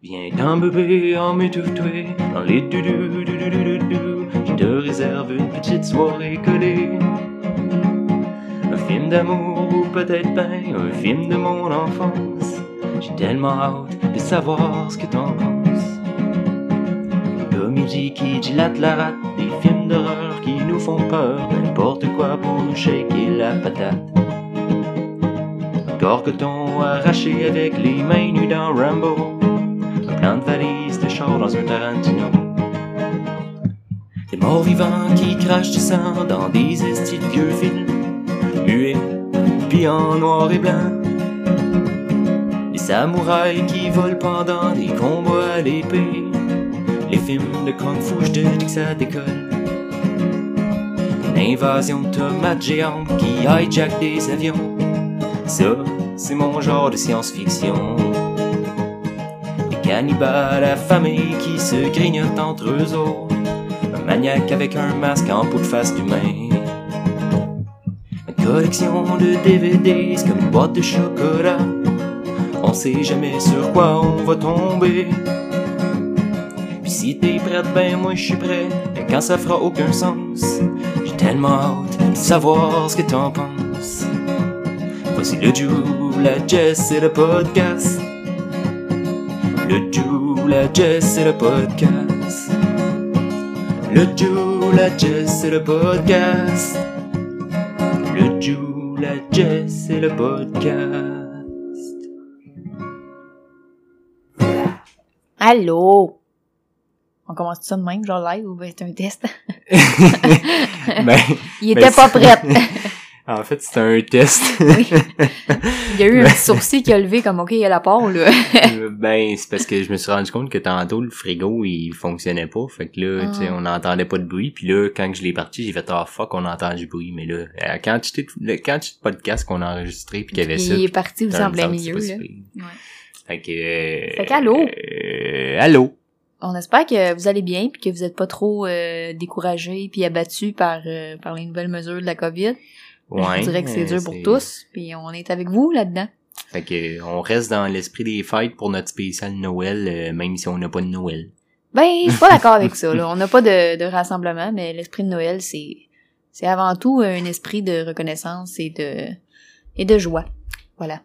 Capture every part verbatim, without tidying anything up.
Viens dans bébé, en m'étouffer dans les doudou doudou doudou doudou. Je te réserve une petite soirée collée. Un film d'amour ou peut-être ben un film de mon enfance. J'ai tellement hâte de savoir ce que t'en penses. Une comédie qui dilate la rate, des films d'horreur qui nous font peur, n'importe quoi pour nous shaker la patate. Un corps coton arraché avec les mains nues dans Rambo. Un plan de valise de char dans un Tarantino. Des morts vivants qui crachent du sang dans des estis de vieux films muets, puis en noir et blanc. Des samouraïs qui volent pendant des combats à l'épée. Les films de kung fu, je te dis que ça décolle. Une invasion de tomates géantes qui hijack des avions. Ça, c'est mon genre de science-fiction. Cannibales affamés qui se grignotent entre eux autres. Un maniaque avec un masque en peau de face d'humain. Une collection de D V D, c'est comme une boîte de chocolat. On sait jamais sur quoi on va tomber. Puis si t'es prête, ben moi je suis prêt. Mais quand ça fera aucun sens, j'ai tellement hâte de savoir ce que t'en penses. Voici le Jou, la Jess et le podcast. Le Jou, la Jess et le podcast. Le Jou, la Jess et le podcast. Le Jou, la Jess et le podcast. Allô? On commence ça de même, genre live, ou ben c'est un test? ben, Il était ben, pas prêt. En fait, c'était un test. Oui. Il y a eu un petit sourcil qui a levé comme, OK, il y a la part, là. Ben, c'est parce que je me suis rendu compte que tantôt, le frigo, il fonctionnait pas. Fait que là, ah. tu sais, on n'entendait pas de bruit. Puis là, quand je l'ai parti, j'ai fait, ah, oh, fuck, on entend du bruit. Mais là, quand tu t'es, quand tu te podcast qu'on a enregistré puis qu'il y avait il ça. Il est parti aussi en plein milieu, là. Ouais. Fait que, euh, Fait qu'allô? Euh, allô? On espère que vous allez bien puis que vous êtes pas trop, euh, découragés puis abattus par, euh, par les nouvelles mesures de la COVID. Ouais, je dirais que c'est dur pour tous, puis on est avec vous là-dedans. Fait que on reste dans l'esprit des fêtes pour notre spécial Noël, euh, même si on n'a pas de Noël. Ben, je suis pas d'accord avec ça, là. On n'a pas de, de rassemblement, mais l'esprit de Noël, c'est c'est avant tout un esprit de reconnaissance et de et de joie. Voilà.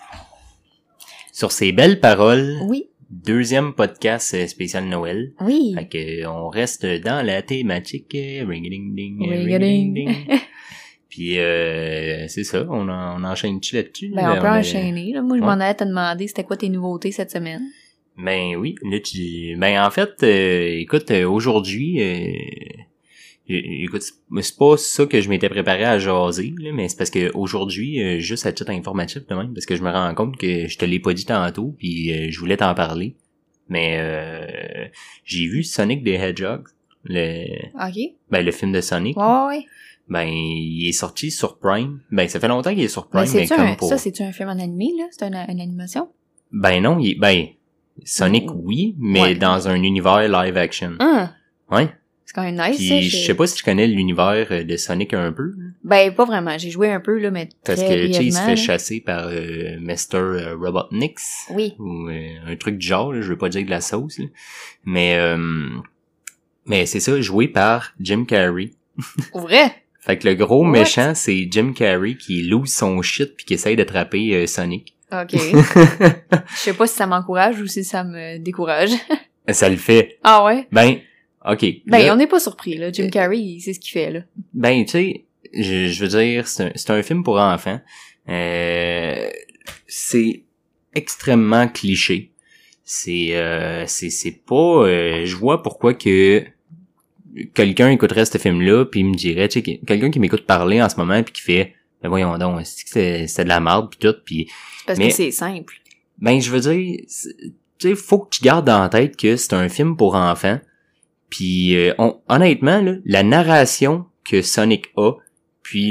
Sur ces belles paroles, oui. Deuxième podcast spécial Noël. Oui. Fait que on reste dans la thématique ring-a-ding-ding, ring-a-ding. Puis euh, c'est ça, on, en, on enchaîne-tu là-dessus? Ben, on peut on enchaîner. Là. Moi, je ouais. m'en allais te demander c'était quoi tes nouveautés cette semaine? Ben oui, là tu... Ben en fait, euh, écoute, euh, aujourd'hui, euh, écoute, c'est pas ça que je m'étais préparé à jaser, là, mais c'est parce que aujourd'hui, euh, juste à titre informatif de même, parce que je me rends compte que je te l'ai pas dit tantôt, puis euh, je voulais t'en parler. Mais euh, j'ai vu Sonic the Hedgehog, le... OK. Ben le film de Sonic. Ouais, ouais. Ben, il est sorti sur Prime. Ben, ça fait longtemps qu'il est sur Prime, mais, mais comme un, pour... Ça, c'est-tu un film en animé, là? C'est une, une animation? Ben non, il est... Ben, Sonic, oh. oui, mais ouais. dans un univers live action. Hum. Ouais. C'est quand même nice, Puis, ça. je sais pas si tu connais l'univers de Sonic un peu. Ben, pas vraiment. J'ai joué un peu, là, mais Parce très que, tu sais, il se fait là. chasser par euh, mister Robotnik. Oui. Ou euh, un truc du genre, là, je veux pas dire de la sauce, là. Mais, euh, mais c'est ça, joué par Jim Carrey. Vrai? Fait que le gros What? méchant, c'est Jim Carrey qui lose son shit puis qui essaye d'attraper euh, Sonic. OK. Je sais pas si ça m'encourage ou si ça me décourage. Ça le fait. Ah ouais? Ben, OK. Ben, là, on n'est pas surpris, là. Jim Carrey, il sait ce qu'il fait, là. Ben, tu sais, je, je veux dire, c'est un, c'est un film pour enfants. Euh, c'est extrêmement cliché. C'est, euh, c'est, c'est pas... Euh, je vois pourquoi que... quelqu'un écouterait ce film-là puis il me dirait, tu sais, quelqu'un qui m'écoute parler en ce moment puis qui fait, ben voyons donc, c'est, c'est de la merde puis tout, puis parce mais, que c'est simple. Ben je veux dire, tu sais, faut que tu gardes en tête que c'est un film pour enfants. Puis euh, on, honnêtement là, la narration que Sonic a, puis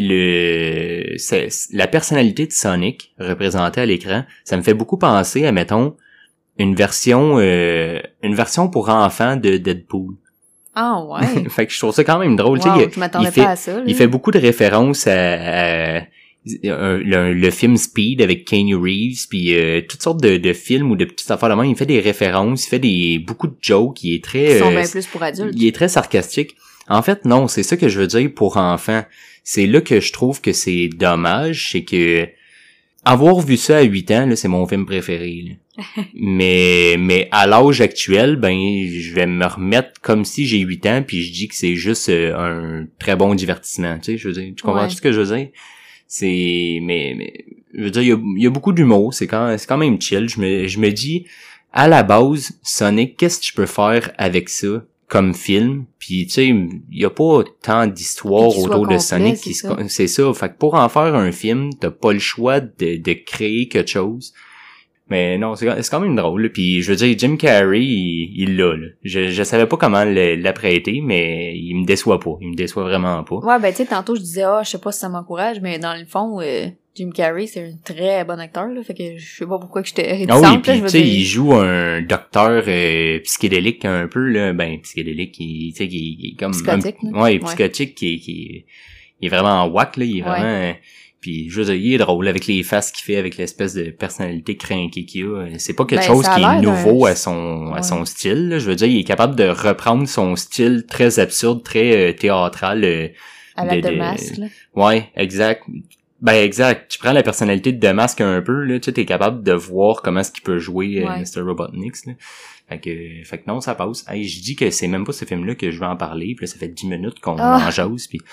le c'est, la personnalité de Sonic représentée à l'écran, ça me fait beaucoup penser à mettons une version euh, une version pour enfants de Deadpool. Ah ouais. Fait que je trouve ça quand même drôle, wow, tu sais. Je m'attendais il fait, pas à ça. Là. Il fait beaucoup de références à, à euh, le, le film Speed avec Keanu Reeves, puis euh, toutes sortes de, de films ou de petites affaires de même. Il fait des références, il fait des beaucoup de jokes, il est très... Ils sont euh, bien plus pour adultes. Il est très sarcastique. En fait, non, c'est ça que je veux dire pour enfants. C'est là que je trouve que c'est dommage, c'est que avoir vu ça à huit ans, là, c'est mon film préféré. Là. mais mais à l'âge actuel, ben je vais me remettre comme si j'ai huit ans, puis je dis que c'est juste euh, un très bon divertissement, tu sais, je veux dire, tu comprends Ouais. ce que je veux dire? C'est mais, mais je veux dire, il y a, il y a beaucoup d'humour, c'est quand c'est quand même chill. Je me je me dis à la base, Sonic, qu'est-ce que je peux faire avec ça comme film? Puis tu sais, il y a pas tant d'histoires Qu'il soit autour complet, de Sonic c'est qui ça. se c'est ça. Fait que pour en faire un film, t'as pas le choix de de créer quelque chose. Mais non, c'est c'est quand même drôle. Là. Puis je veux dire, Jim Carrey, il il l'a. Là. Je je savais pas comment le- l'apprêter, mais il me déçoit pas. Il me déçoit vraiment pas. Ouais, ben tu sais, tantôt je disais, ah, je sais pas si ça m'encourage, mais dans le fond, euh, Jim Carrey, c'est un très bon acteur, là, fait que je sais pas pourquoi que j'étais réticente, Ah oui, là, puis je tu veux sais, dire. il joue un docteur euh, psychédélique un peu là, ben psychédélique, il tu sais qui qui est comme Psychotique, un, là. ouais, Ouais. psychotique qui qui il est vraiment whack là, il est Ouais. vraiment euh, puis je veux dire, il est drôle avec les faces qu'il fait, avec l'espèce de personnalité crinquée qu'il a. C'est pas quelque Ben, chose ça a qui est l'air d'un- nouveau à son à Ouais. son style. Là. Je veux dire, il est capable de reprendre son style très absurde, très euh, théâtral. euh, À la de- de de- masque, là. Ouais, exact. Ben exact. Tu prends la personnalité de Damask un peu, là, tu sais, t'es capable de voir comment est-ce qu'il peut jouer euh, Ouais. mister Robotnik, là. Fait que, fait que non, ça passe. Hey, je dis que c'est même pas ce film-là que je vais en parler, puis là, ça fait dix minutes qu'on Ah. en jase, puis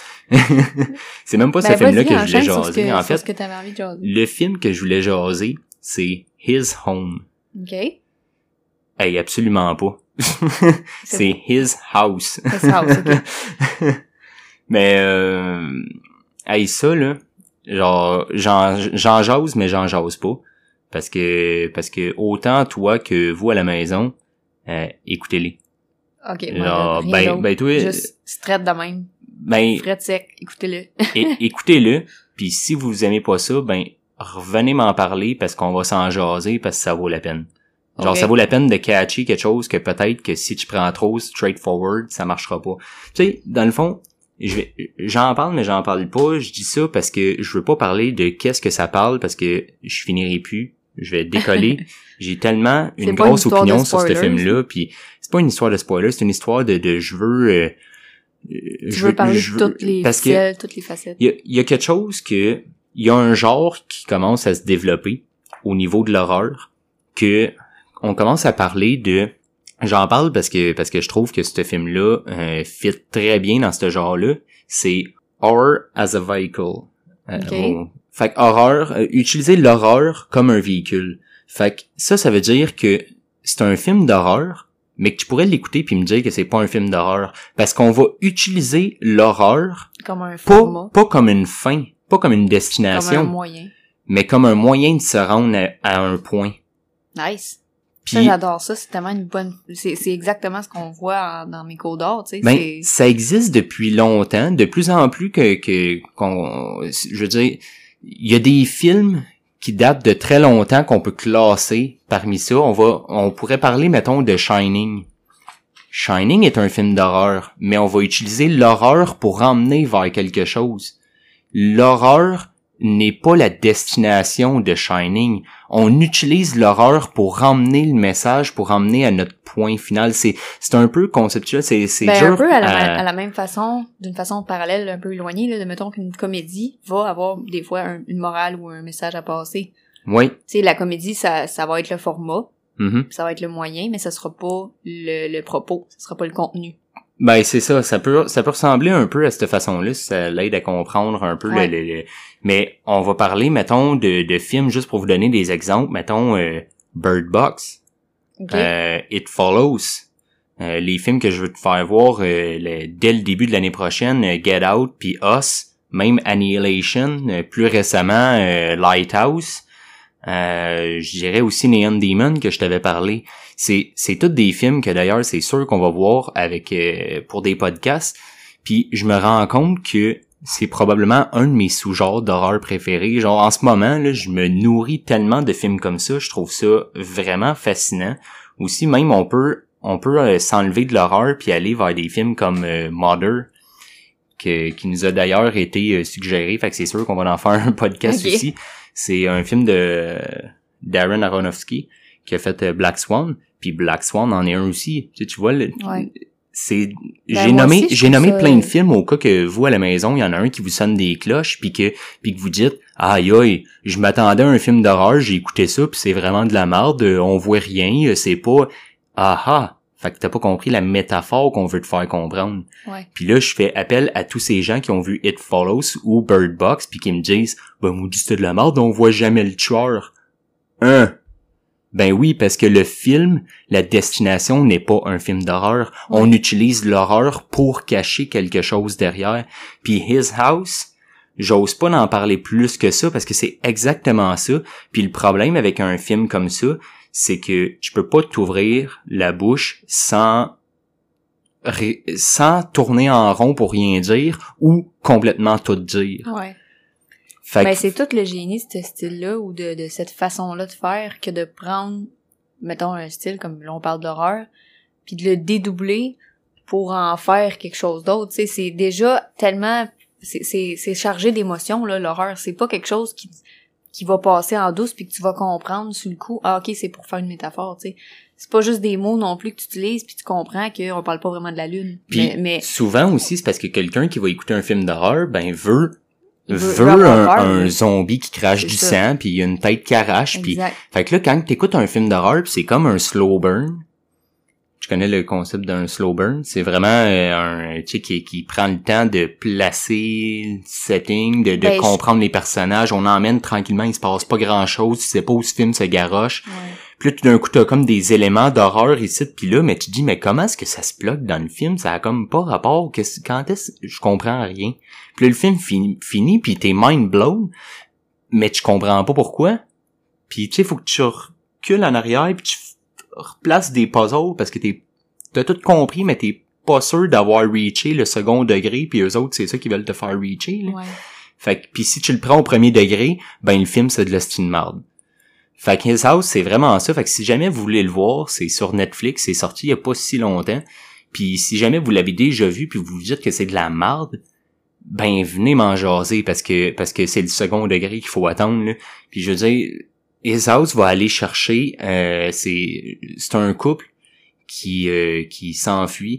c'est même pas Ben, ce film-là vas-y, que je voulais enchaîne sur ce jaser. que- En sur fait, ce que t'avais envie de jaser. le film que je voulais jaser, c'est His Home. OK. Hey, absolument pas. c'est His House. His House, OK. Mais euh, hey, ça là, genre j'en j'en jase mais j'en jase pas parce que parce que autant toi que vous à la maison, euh, écoutez-les. OK, Genre, rien ben d'autre. ben toi Juste straight de même. ben Fred sec, écoutez-le. é- écoutez-le, puis si vous aimez pas ça, ben revenez m'en parler parce qu'on va s'en jaser parce que ça vaut la peine. Genre Ok. ça vaut la peine de catcher quelque chose que peut-être que si tu prends trop straightforward, ça marchera pas. Tu sais, dans le fond, je vais j'en parle mais j'en parle pas, je dis ça parce que je veux pas parler de qu'est-ce que ça parle parce que je finirai plus, je vais décoller. J'ai tellement C'est une pas une grosse histoire opinion de sur ce spoilers, film-là, puis c'est pas une histoire de spoiler, c'est une histoire de de je veux euh, Tu veux parler de toutes les parce que ficelles, toutes les facettes. il y a, il y a quelque chose que il y a un genre qui commence à se développer au niveau de l'horreur, que on commence à parler de j'en parle parce que parce que je trouve que ce film là euh, fit très bien dans ce genre là, c'est horror as a vehicle. Euh, Ok. bon. Fait que horreur, euh, utiliser l'horreur comme un véhicule. Fait que ça ça veut dire que c'est un film d'horreur mais que tu pourrais l'écouter puis me dire que c'est pas un film d'horreur parce qu'on va utiliser l'horreur Comme un pas, format. pas comme une fin, pas comme une Comme un destination, moyen. mais comme un moyen de se rendre à, à un point. Nice. Puis, Ça, j'adore ça. C'est tellement une bonne... C'est, c'est exactement ce qu'on voit en- dans mes cours d'art, tu sais. ben, c'est... ça existe depuis longtemps, de plus en plus que, que qu'on, je veux dire, il y a des films qui datent de très longtemps qu'on peut classer parmi ça. On va, on pourrait parler, mettons, de Shining. Shining est un film d'horreur, mais on va utiliser l'horreur pour emmener vers quelque chose. L'horreur n'est pas la destination de Shining. On utilise l'horreur pour ramener le message, pour emmener à notre point final. C'est, c'est un peu conceptuel, c'est, c'est Ben, dur un peu à la, à- à la même façon, d'une façon parallèle, un peu éloignée, là, de mettons qu'une comédie va avoir des fois un- une morale ou un message à passer. Oui. Tu sais, la comédie, ça, ça va être le format, Mhm. ça va être le moyen, mais ça sera pas le, le propos, ça sera pas le contenu. Ben c'est ça, ça peut ça peut ressembler un peu à cette façon-là, si ça l'aide à comprendre un peu le- Ouais. le, le- mais on va parler mettons de de films juste pour vous donner des exemples, mettons euh, Bird Box, OK? euh, It Follows, euh, les films que je veux te faire voir euh, le- dès le début de l'année prochaine, euh, Get Out puis Us, même Annihilation, euh, plus récemment euh, Lighthouse. Euh, je dirais aussi Neon Demon que je t'avais parlé. C'est c'est tous des films que d'ailleurs c'est sûr qu'on va voir avec euh, pour des podcasts. Puis je me rends compte que c'est probablement un de mes sous-genres d'horreur préférés. Genre en ce moment là, je me nourris tellement de films comme ça, je trouve ça vraiment fascinant. Aussi même on peut on peut euh, s'enlever de l'horreur puis aller vers des films comme euh, Mother, que, qui nous a d'ailleurs été euh, suggéré, fait que c'est sûr qu'on va en faire un podcast okay. aussi. C'est un film de Darren Aronofsky qui a fait euh, Black Swan, puis Black Swan en est un aussi. Tu sais, tu vois, le, ouais. c'est ben, j'ai nommé aussi, j'ai nommé ça... plein de films au cas que vous à la maison, il y en a un qui vous sonne des cloches, puis que puis que vous dites aïe aïe, je m'attendais à un film d'horreur, j'ai écouté ça, puis c'est vraiment de la merde, on voit rien, c'est pas ah ah. Fait que t'as pas compris la métaphore qu'on veut te faire comprendre. Ouais. Puis là, je fais appel à tous ces gens qui ont vu It Follows ou Bird Box puis qui me disent « Ben, moi, c'était de la merde, on voit jamais le tueur. » Hein? Ben oui, parce que le film, la destination n'est pas un film d'horreur. Ouais. On utilise l'horreur pour cacher quelque chose derrière. Puis His House, j'ose pas en parler plus que ça parce que c'est exactement ça. Puis le problème avec un film comme ça, c'est que tu peux pas t'ouvrir la bouche sans sans tourner en rond pour rien dire ou complètement tout dire. Ouais. Fait ben, que... c'est tout le génie de ce style-là ou de, de cette façon-là de faire que de prendre, mettons, un style comme là on parle d'horreur, puis de le dédoubler pour en faire quelque chose d'autre. Tu sais, c'est déjà tellement... C'est, c'est, c'est chargé d'émotions, là, l'horreur. C'est pas quelque chose qui... qui va passer en douce puis que tu vas comprendre sur le coup, ah ok, c'est pour faire une métaphore, tu sais. C'est pas juste des mots non plus que tu utilises puis tu comprends qu'on parle pas vraiment de la lune. Puis mais, mais... souvent aussi, c'est parce que quelqu'un qui va écouter un film d'horreur, ben veut veut, veut, veut un, peur, un mais... zombie qui crache c'est du ça. sang puis il y a une tête qui arrache puis fait que là quand t'écoutes un film d'horreur, c'est comme un slow burn. Je connais le concept d'un slow burn. C'est vraiment euh, un, tu sais, qui, qui prend le temps de placer le setting, de, de ben, comprendre je... les personnages. On emmène tranquillement, il se passe pas grand-chose. Tu sais pas où ce film se garoche. Ouais. Puis là, tout d'un coup, t'as comme des éléments d'horreur ici, puis là, mais tu te dis, mais comment est-ce que ça se bloque dans le film? Ça a comme pas rapport. Que, quand est-ce je comprends rien. Puis là, le film finit, finit puis t'es mind blown, mais tu comprends pas pourquoi. Puis tu sais, faut que tu recules en arrière, puis tu replace des puzzles parce que t'es t'as tout compris mais t'es pas sûr d'avoir reaché le second degré puis eux autres c'est ça qui veulent te faire reacher là. Ouais. Fait que puis si tu le prends au premier degré, ben le film c'est de l'hostie de marde. Fait que His House c'est vraiment ça. Fait que si jamais vous voulez le voir, c'est sur Netflix, c'est sorti il y a pas si longtemps. Puis si jamais vous l'avez déjà vu puis vous vous dites que c'est de la marde, ben venez m'en jaser parce que parce que c'est le second degré qu'il faut attendre là. Puis je veux dire His House va aller chercher, euh, c'est c'est un couple qui euh, qui s'enfuit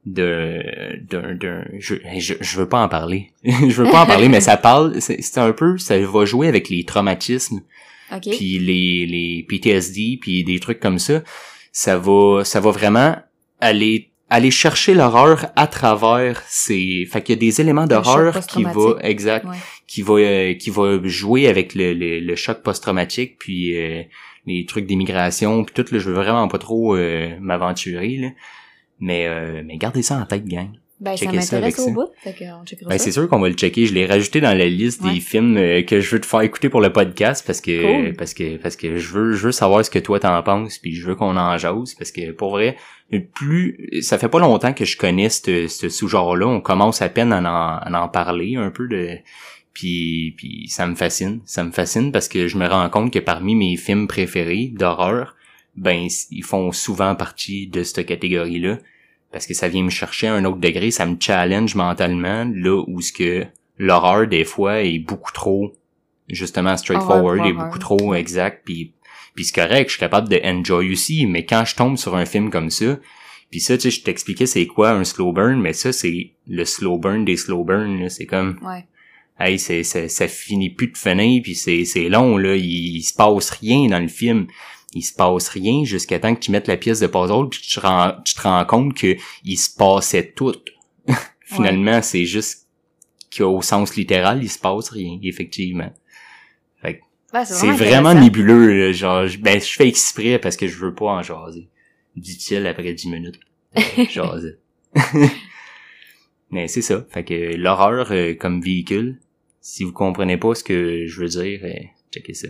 de d'un d'un je, je je veux pas en parler. je veux pas en parler mais ça parle c'est, c'est un peu ça va jouer avec les traumatismes. Okay. Puis les les P T S D puis des trucs comme ça, ça va ça va vraiment aller aller chercher l'horreur à travers ces fait qu'il y a des éléments d'horreur qui va exact ouais. qui va euh, qui va jouer avec le le, le choc post-traumatique puis euh, les trucs d'immigration puis tout là, je veux vraiment pas trop euh, m'aventurer là. Mais euh, mais gardez ça en tête, gang. Ben Checker ça m'intéresse ça au ça. bout, fait qu'on checkera ben, ça. c'est sûr qu'on va le checker, je l'ai rajouté dans la liste ouais. des films euh, que je veux te faire écouter pour le podcast parce que cool. parce que parce que je veux je veux savoir ce que toi t'en penses puis je veux qu'on en jase parce que pour vrai plus ça fait pas longtemps que je connais ce ce sous-genre-là, on commence à peine à en, à en parler un peu de puis puis ça me fascine, ça me fascine parce que je me rends compte que parmi mes films préférés d'horreur, ben ils font souvent partie de cette catégorie-là. Parce que ça vient me chercher à un autre degré, ça me challenge mentalement, là où ce que l'horreur, des fois, est beaucoup trop, justement, straightforward, est beaucoup trop exact, puis puis c'est correct, je suis capable de enjoy aussi, mais quand je tombe sur un film comme ça, puis ça, tu sais, je t'expliquais c'est quoi un slow burn, mais ça, c'est le slow burn des slow burn, là, c'est comme... Ouais. Hey, c'est, c'est, ça finit plus de finir, puis c'est, c'est long, là, il, il se passe rien dans le film. Il se passe rien jusqu'à temps que tu mettes la pièce de puzzle puis que tu, rends, tu te rends compte que il se passait tout. Finalement, ouais. C'est juste qu'au sens littéral, il se passe rien, effectivement. Fait que ouais, c'est c'est vraiment, vraiment nébuleux, là, genre, ben, je fais exprès parce que je veux pas en jaser. Dit-il après dix minutes. Euh, jaser. Mais c'est ça. Fait que l'horreur euh, comme véhicule, si vous comprenez pas ce que je veux dire, euh, checkez ça.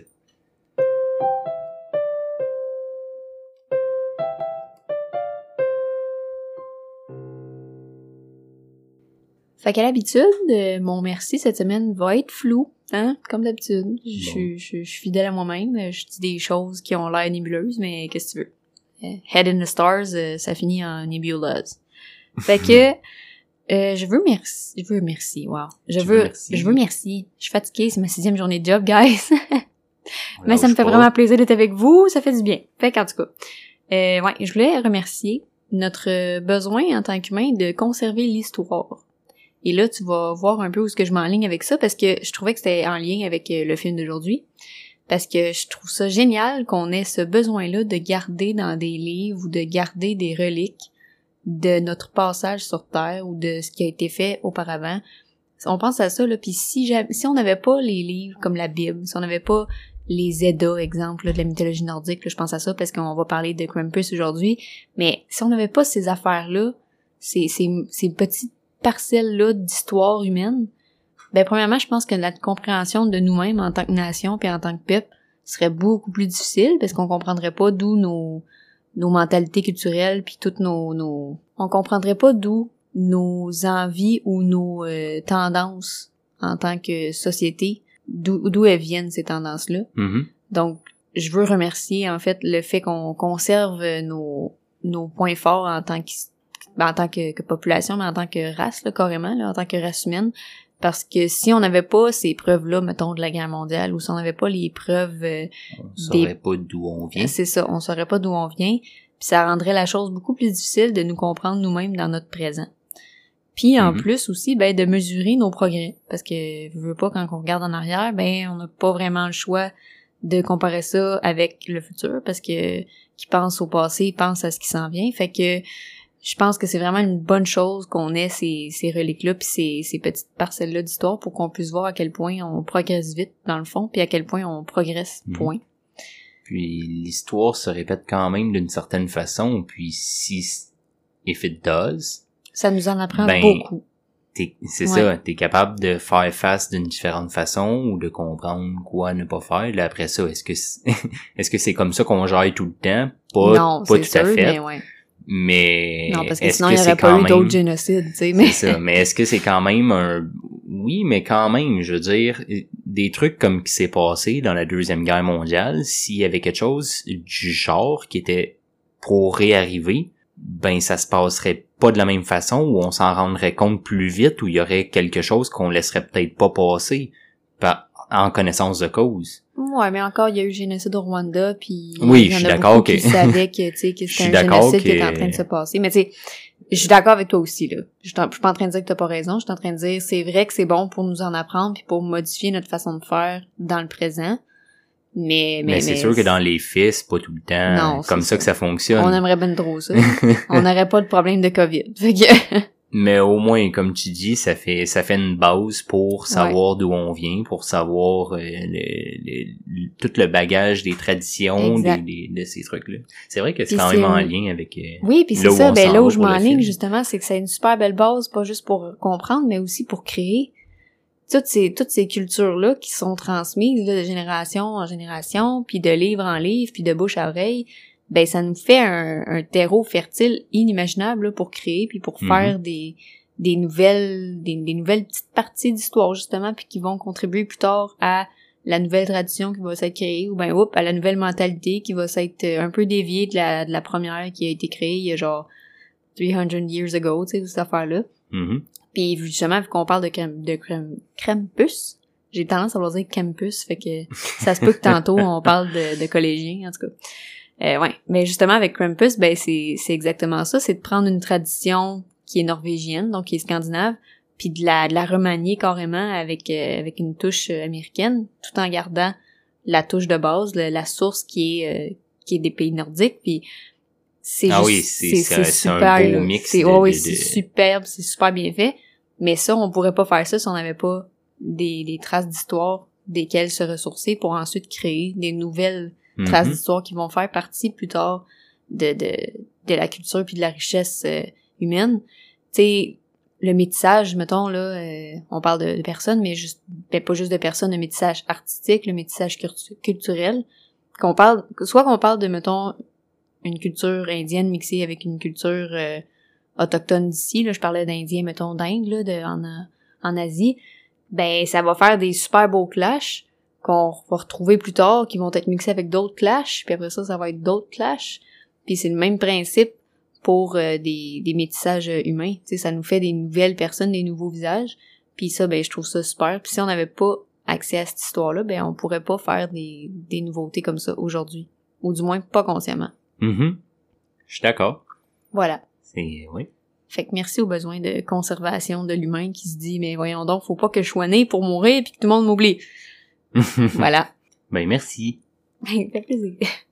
Fait qu'à l'habitude, euh, mon merci cette semaine va être flou, hein, comme d'habitude. Je bon. je, je suis fidèle à moi-même, je dis des choses qui ont l'air nébuleuses, mais qu'est-ce que tu veux? Head in the Stars, euh, ça finit en nébuleuse. Fait que Euh, je veux merci. Je veux merci, wow. Je Tu veux, veux merci. je veux merci. Je suis fatiguée, c'est ma sixième journée de job, guys. On Mais ça me lâche fait pas. vraiment plaisir d'être avec vous, ça fait du bien. Fait qu'en tout cas, euh, ouais, je voulais remercier notre besoin en tant qu'humain de conserver l'histoire. Et là, tu vas voir un peu où est-ce que je m'enligne avec ça, parce que je trouvais que c'était en lien avec euh, le film d'aujourd'hui. Parce que je trouve ça génial qu'on ait ce besoin-là de garder dans des livres ou de garder des reliques de notre passage sur Terre ou de ce qui a été fait auparavant. On pense à ça, là, puis si, si on n'avait pas les livres comme la Bible, si on n'avait pas les Eddas, exemple, là, de la mythologie nordique, là, je pense à ça parce qu'on va parler de Krampus aujourd'hui, mais si on n'avait pas ces affaires-là, ces, ces, ces petites parcelles-là d'histoire humaine, ben premièrement, je pense que notre compréhension de nous-mêmes en tant que nation puis en tant que peuple serait beaucoup plus difficile parce qu'on comprendrait pas d'où nos nos mentalités culturelles puis toutes nos nos on comprendrait pas d'où nos envies ou nos euh, tendances en tant que société, d'où d'où elles viennent ces tendances-là. Mm-hmm. Donc je veux remercier en fait le fait qu'on conserve nos nos points forts en tant que en tant que, que population, mais en tant que race là, carrément là, en tant que race humaine. Parce que si on n'avait pas ces preuves-là, mettons, de la guerre mondiale, ou si on n'avait pas les preuves euh, On saurait des... pas d'où on vient. C'est ça, on saurait pas d'où on vient, puis ça rendrait la chose beaucoup plus difficile de nous comprendre nous-mêmes dans notre présent. Puis en Mm-hmm. plus aussi, ben de mesurer nos progrès, parce que je veux pas quand on regarde en arrière, ben on n'a pas vraiment le choix de comparer ça avec le futur, parce que qui pense au passé pense à ce qui s'en vient, fait que je pense que c'est vraiment une bonne chose qu'on ait ces, ces reliques-là puis ces, ces petites parcelles-là d'histoire pour qu'on puisse voir à quel point on progresse vite, dans le fond, puis à quel point on progresse, point. Mmh. Puis l'histoire se répète quand même d'une certaine façon, puis si if it does, ça nous en apprend ben, beaucoup. T'es, c'est ouais. ça, t'es capable de faire face d'une différente façon ou de comprendre quoi ne pas faire. Là, après ça, est-ce que c'est, est-ce que c'est comme ça qu'on gère tout le temps? Pas, non, pas c'est tout sûr, à fait. mais ouais. Mais non, parce que est-ce sinon, que il n'y aurait c'est pas quand eu même... d'autres génocides, tu sais. Mais... C'est ça. Mais est-ce que c'est quand même un... Oui, mais quand même, je veux dire, des trucs comme qui s'est passé dans la Deuxième Guerre mondiale, s'il y avait quelque chose du genre qui était pour réarriver, ben ça se passerait pas de la même façon, où on s'en rendrait compte plus vite, où il y aurait quelque chose qu'on laisserait peut-être pas passer par, en connaissance de cause. Ouais, mais encore, il y a eu le génocide au Rwanda, puis oui, il y en je suis a d'accord beaucoup que... qui savaient que, tu sais, que Je suis c'était un d'accord génocide que- qui était en train de se passer. Mais tu sais, je suis d'accord avec toi aussi, là. Je suis en- je suis pas en train de dire que t'as pas raison, je suis en train de dire c'est vrai que c'est bon pour nous en apprendre puis pour modifier notre façon de faire dans le présent. Mais, mais, Mais, c'est sûr que dans les faits, c'est pas tout le temps Non, comme c'est ça ça. que ça fonctionne. on aimerait bien trop ça. On n'aurait pas de problème de COVID. Fait que... Mais au moins, comme tu dis, ça fait ça fait une base pour savoir d'où on vient, pour savoir euh, le, le, le- tout le bagage des traditions, des, Exact. des- de ces trucs-là. C'est vrai que c'est Puis quand c'est même en un- lien avec... euh, Oui, puis c'est là où ça, on ben s'en là va où je pour le m'enligne film. justement, c'est que c'est une super belle base, pas juste pour comprendre, mais aussi pour créer toutes ces toutes ces cultures-là qui sont transmises là, de génération en génération, puis de livre en livre, puis de bouche à oreille. Ben ça nous fait un, un terreau fertile inimaginable là, pour créer, puis pour Mhm. faire des des nouvelles des, des nouvelles petites parties d'histoire justement, puis qui vont contribuer plus tard à la nouvelle tradition qui va s'être créée, ou ben oups, à la nouvelle mentalité qui va s'être un peu déviée de la de la première qui a été créée il y a genre three hundred years ago, tu sais, cette affaire-là. Mhm. Puis justement, vu qu'on parle de crème, de crème, Krampus, j'ai tendance à vouloir dire campus, fait que ça se peut que tantôt on parle de, de collégiens, en tout cas. Euh, ouais, mais justement avec Krampus, ben c'est c'est exactement ça, c'est de prendre une tradition qui est norvégienne, donc qui est scandinave, puis de la de la remanier carrément avec euh, avec une touche euh, américaine, tout en gardant la touche de base, le- la source qui est euh, qui est des pays nordiques, puis c'est Ah juste, oui, c'est- c'est- c'est un super, beau là. mix C'est de- ouais, ouais, de- c'est de- superbe, c'est super bien fait. Mais ça, on pourrait pas faire ça si on n'avait pas des, des traces d'histoire desquelles se ressourcer pour ensuite créer des nouvelles Mhm. traces d'histoire qui vont faire partie plus tard de de de la culture puis de la richesse euh, humaine. Tu sais, le métissage, mettons là, euh, on parle de, de personnes, mais juste ben, pas juste de personnes, le métissage artistique, le métissage cultu- culturel. Qu'on parle, soit qu'on parle de mettons une culture indienne mixée avec une culture euh, autochtone d'ici, là, je parlais d'Indiens, mettons, d'Inde, là, de, en, en Asie, ben, ça va faire des super beaux clashs qu'on va retrouver plus tard, qui vont être mixés avec d'autres clashs, puis après ça, ça va être d'autres clashs, puis c'est le même principe pour euh, des, des métissages humains. Tu sais, ça nous fait des nouvelles personnes, des nouveaux visages. Puis ça, ben je trouve ça super. Puis si on n'avait pas accès à cette histoire-là, ben on pourrait pas faire des, des nouveautés comme ça aujourd'hui. Ou du moins pas consciemment. Mm-hmm. Je suis d'accord. Voilà. C'est... oui. Fait que merci aux besoins de conservation de l'humain qui se dit, mais voyons donc, faut pas que je sois né pour mourir puis que tout le monde m'oublie. Voilà. Ben merci. Ça fait plaisir.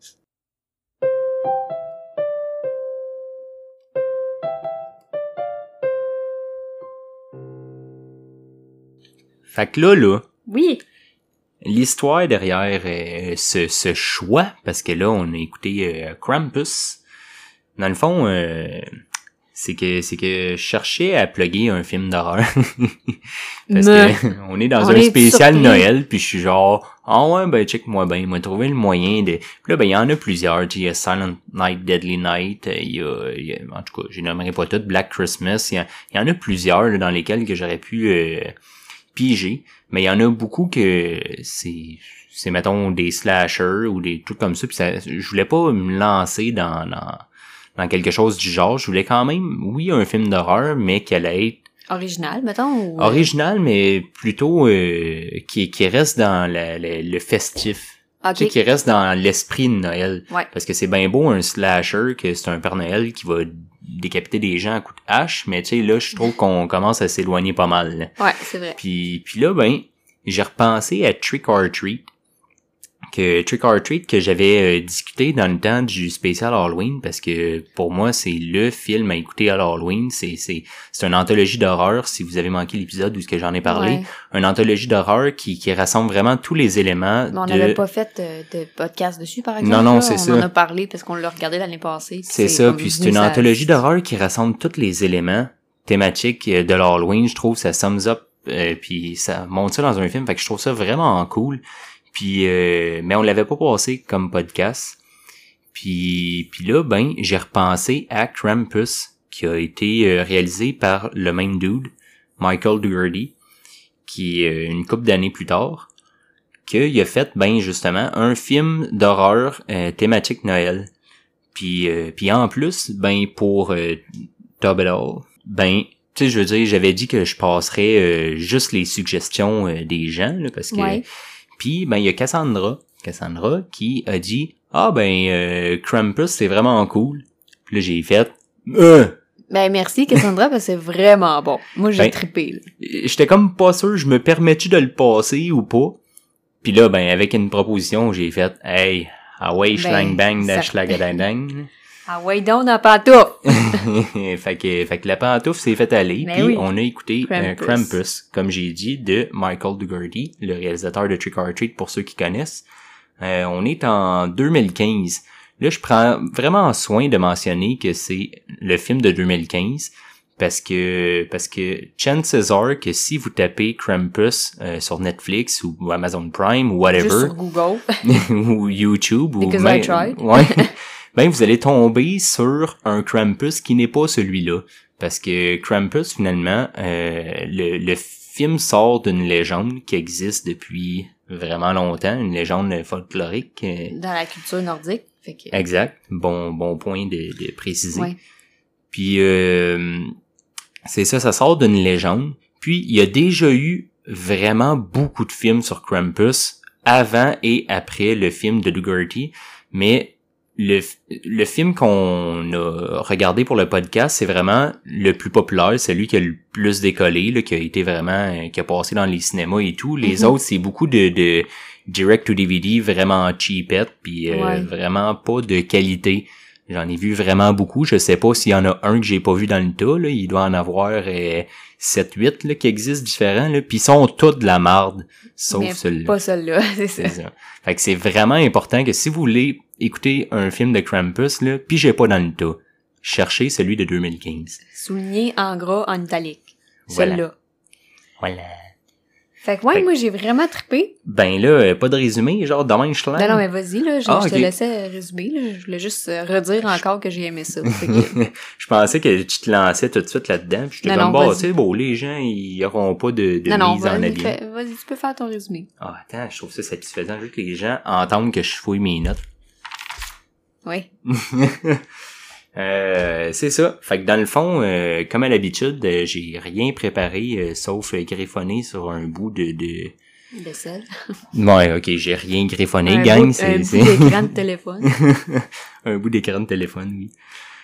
Fait que là, là... Oui. L'histoire derrière euh, ce, ce choix, parce que là, on a écouté euh, Krampus. Dans le fond, euh, c'est que c'est que je cherchais à plugger un film d'horreur. Parce Mais, que on est dans on un est spécial surpris. Noël, puis je suis genre, ah ouais, ben check-moi bien, moi trouvé le moyen de... Puis là, ben il y en a plusieurs, il y a Silent Night, Deadly Night, il y a, il y a en tout cas, je nommerai pas toutes, Black Christmas, il y, a, il y en a plusieurs là, dans lesquels que j'aurais pu euh, piger, mais il y en a beaucoup que c'est... c'est mettons des slashers ou des trucs comme ça, puis ça, je voulais pas me lancer dans, dans dans quelque chose du genre. Je voulais quand même, oui, un film d'horreur, mais qui allait être Original, mettons? Ou... original, mais plutôt euh, qui qui reste dans la, la, le festif. Okay. Tu sais, qui reste dans l'esprit de Noël. Ouais. Parce que c'est bien beau un slasher, que c'est un Père Noël qui va décapiter des gens à coups de hache, mais tu sais, là, je trouve qu'on commence à s'éloigner pas mal. Là. Ouais, c'est vrai. Puis, puis là, ben, j'ai repensé à Trick or Treat, que Trick or Treat que j'avais euh, discuté dans le temps du spécial Halloween, parce que pour moi c'est le film à écouter à l'Halloween. C'est c'est c'est une anthologie d'horreur. Si vous avez manqué l'épisode où ce que j'en ai parlé, Ouais. une anthologie d'horreur qui qui rassemble vraiment tous les éléments. Mais on de... n'avait pas fait euh, de podcast dessus, par exemple. Non, non, là. c'est on ça. On en a parlé parce qu'on l'a regardé l'année passée. C'est ça. comme Puis c'est venu, une ça- anthologie d'horreur qui rassemble tous les éléments thématiques euh, de l'Halloween. Je trouve ça sums up. Euh, puis ça monte ça dans un film. Fait que je trouve ça vraiment cool. Puis euh, mais on l'avait pas passé comme podcast. Puis puis là ben j'ai repensé à Krampus qui a été euh, réalisé par le même dude, Michael Dougherty, qui est euh, une couple d'années plus tard, qu'il a fait ben justement un film d'horreur euh, thématique Noël. Puis euh, puis en plus ben pour euh, top it all, ben tu sais je veux dire j'avais dit que je passerais euh, juste les suggestions euh, des gens là, parce que Ouais. puis ben il y a Cassandra, Cassandra qui a dit ah ben euh, Krampus c'est vraiment cool. Puis là j'ai fait euh! Ben merci Cassandra parce que c'est vraiment bon. Moi j'ai Ben, trippé. Là. J'étais comme pas sûr, je me permets-tu de le passer ou pas. Puis là ben avec une proposition j'ai fait hey ah ouais schlang bang ça- dash schlag-a-dang-dang. Ah ouais donc n'a pas tout. fait que fait que la pantoufle s'est fait aller Ben puis oui. on a écouté euh, Krampus. Krampus comme j'ai dit de Michael Dougherty, le réalisateur de Trick or Treat pour ceux qui connaissent. Euh, on est en deux mille quinze. Là je prends vraiment soin de mentionner que c'est le film de deux mille quinze parce que parce que chances are que si vous tapez Krampus euh, sur Netflix ou Amazon Prime ou Juste whatever sur Google. ou YouTube ou Because I même tried. ouais ben vous allez tomber sur un Krampus qui n'est pas celui-là parce que Krampus finalement euh, le, le film sort d'une légende qui existe depuis vraiment longtemps, une légende folklorique euh, Dans la culture nordique. Fait que... exact, bon bon point de, de préciser. Ouais. Puis euh, c'est ça, ça sort d'une légende. Puis il y a déjà eu vraiment beaucoup de films sur Krampus avant et après le film de Dougherty, mais le le film qu'on a regardé pour le podcast, c'est vraiment le plus populaire, celui qui a le plus décollé, là, qui a été vraiment euh, qui a passé dans les cinémas et tout. Les Mhm. autres, c'est beaucoup de de direct to D V D vraiment cheapette puis euh, Ouais. vraiment pas de qualité. J'en ai vu vraiment beaucoup. Je sais pas s'il y en a un que j'ai pas vu dans le tas. Là. Il doit en avoir euh, sept huit là, qui existent différents. Là. Puis ils sont tous de la marde, sauf Mais celui-là. pas celle-là, c'est ça. C'est ça. Fait que c'est vraiment important que si vous voulez écouter un film de Krampus, là, pigez pas dans le tas. Cherchez celui de deux mille quinze. Souligné en gras en italique. Voilà. Celle-là. Voilà. Fait que ouais, Fait que- moi j'ai vraiment trippé. Ben là, euh, pas de résumé, genre demain je Non, non, mais vas-y, là, je, Ah, je te ok. laissais résumer, là. Je voulais juste euh, redire encore que j'ai aimé ça. Fait que- Je pensais que tu te lançais tout de suite là-dedans. Puis j'étais Non, comme, non, bah, vas-y. tu sais, bon, les gens, ils auront pas de, de non, non, mise en vas-y, avis. fais- vas-y, tu peux faire ton résumé. Ah, attends, je trouve ça satisfaisant juste que les gens entendent que je fouille mes notes. Oui. Euh, c'est ça. Fait que dans le fond, euh, comme à l'habitude, euh, j'ai rien préparé euh, sauf euh, griffonner sur un bout de... de... De sel. Ouais, ok, j'ai rien griffonné, un gang. Bout, c'est, un c'est... bout d'écran de téléphone. Un bout d'écran de téléphone, oui.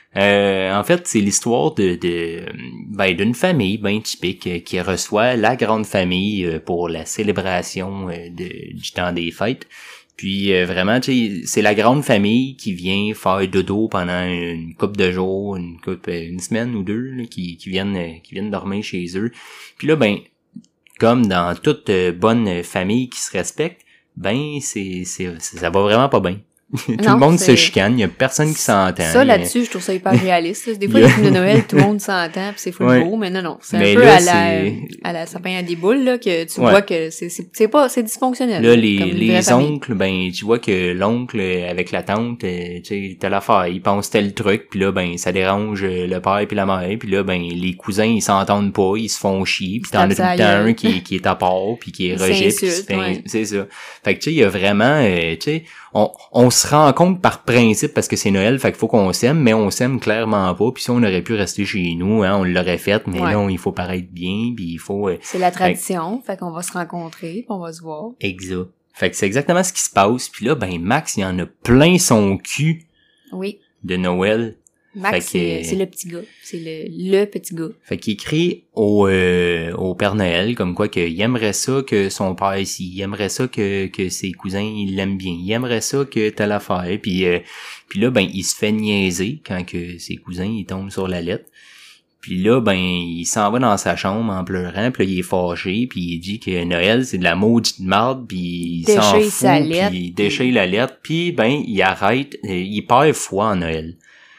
Euh, en fait, c'est l'histoire de, de ben d'une famille bien typique euh, qui reçoit la grande famille euh, pour la célébration euh, de, du temps des fêtes. Puis euh, vraiment, tu sais, c'est la grande famille qui vient faire dodo pendant une couple de jours, une couple, une semaine ou deux, là, qui, qui viennent euh, qui viennent dormir chez eux. Puis là, ben, comme dans toute euh, bonne famille qui se respecte, ben c'est c'est ça va vraiment pas bien. Tout Non, le monde c'est... se chicane, il y a personne qui s'entend. Ça, là-dessus, je trouve ça hyper réaliste. Là. Des fois, les films de Noël, tout le monde s'entend, pis c'est full ouais. beau, mais non, non. C'est mais un peu là, à la, c'est... à la sapin à des boules, là, que tu ouais. vois que c'est, c'est, c'est pas, c'est dysfonctionnel. Là, les, comme les oncles, ben, tu vois que l'oncle, avec la tante, euh, tu sais, t'as l'affaire, il pense tel truc, puis là, ben, ça dérange le père puis la mère, puis là, ben, les cousins, ils s'entendent pas, ils se font chier, puis t'en as tout le temps un qui, qui est à part, puis qui est rejet, puis se fait... ouais. C'est ça. Fait que, tu sais, il y a vraiment, euh, tu sais, on, on se rend compte par principe parce que c'est Noël, fait qu'il faut qu'on s'aime, mais on s'aime clairement pas. Puis si on aurait pu rester chez nous, hein, on l'aurait fait, mais ouais. non, il faut paraître bien, puis il faut... Euh, c'est la tradition, fait, fait qu'on va se rencontrer, puis on va se voir. Exact. Fait que c'est exactement ce qui se passe. Puis là, ben Max, il en a plein son cul oui. de Noël. Max, c'est, que, c'est le petit gars. C'est le, le petit gars. Fait qu'il écrit au, euh, au Père Noël comme quoi qu'il aimerait ça que son père ici, il aimerait ça que, que ses cousins ils l'aiment bien, il aimerait ça que telle affaire. Puis, euh, puis là, ben il se fait niaiser quand que ses cousins ils tombent sur la lettre. Puis là, ben il s'en va dans sa chambre en pleurant, puis là, il est fâché, puis il dit que Noël, c'est de la maudite marde, puis il déchire s'en fout, sa lettre, puis il déchire la lettre, puis ben il arrête, il perd foi en Noël.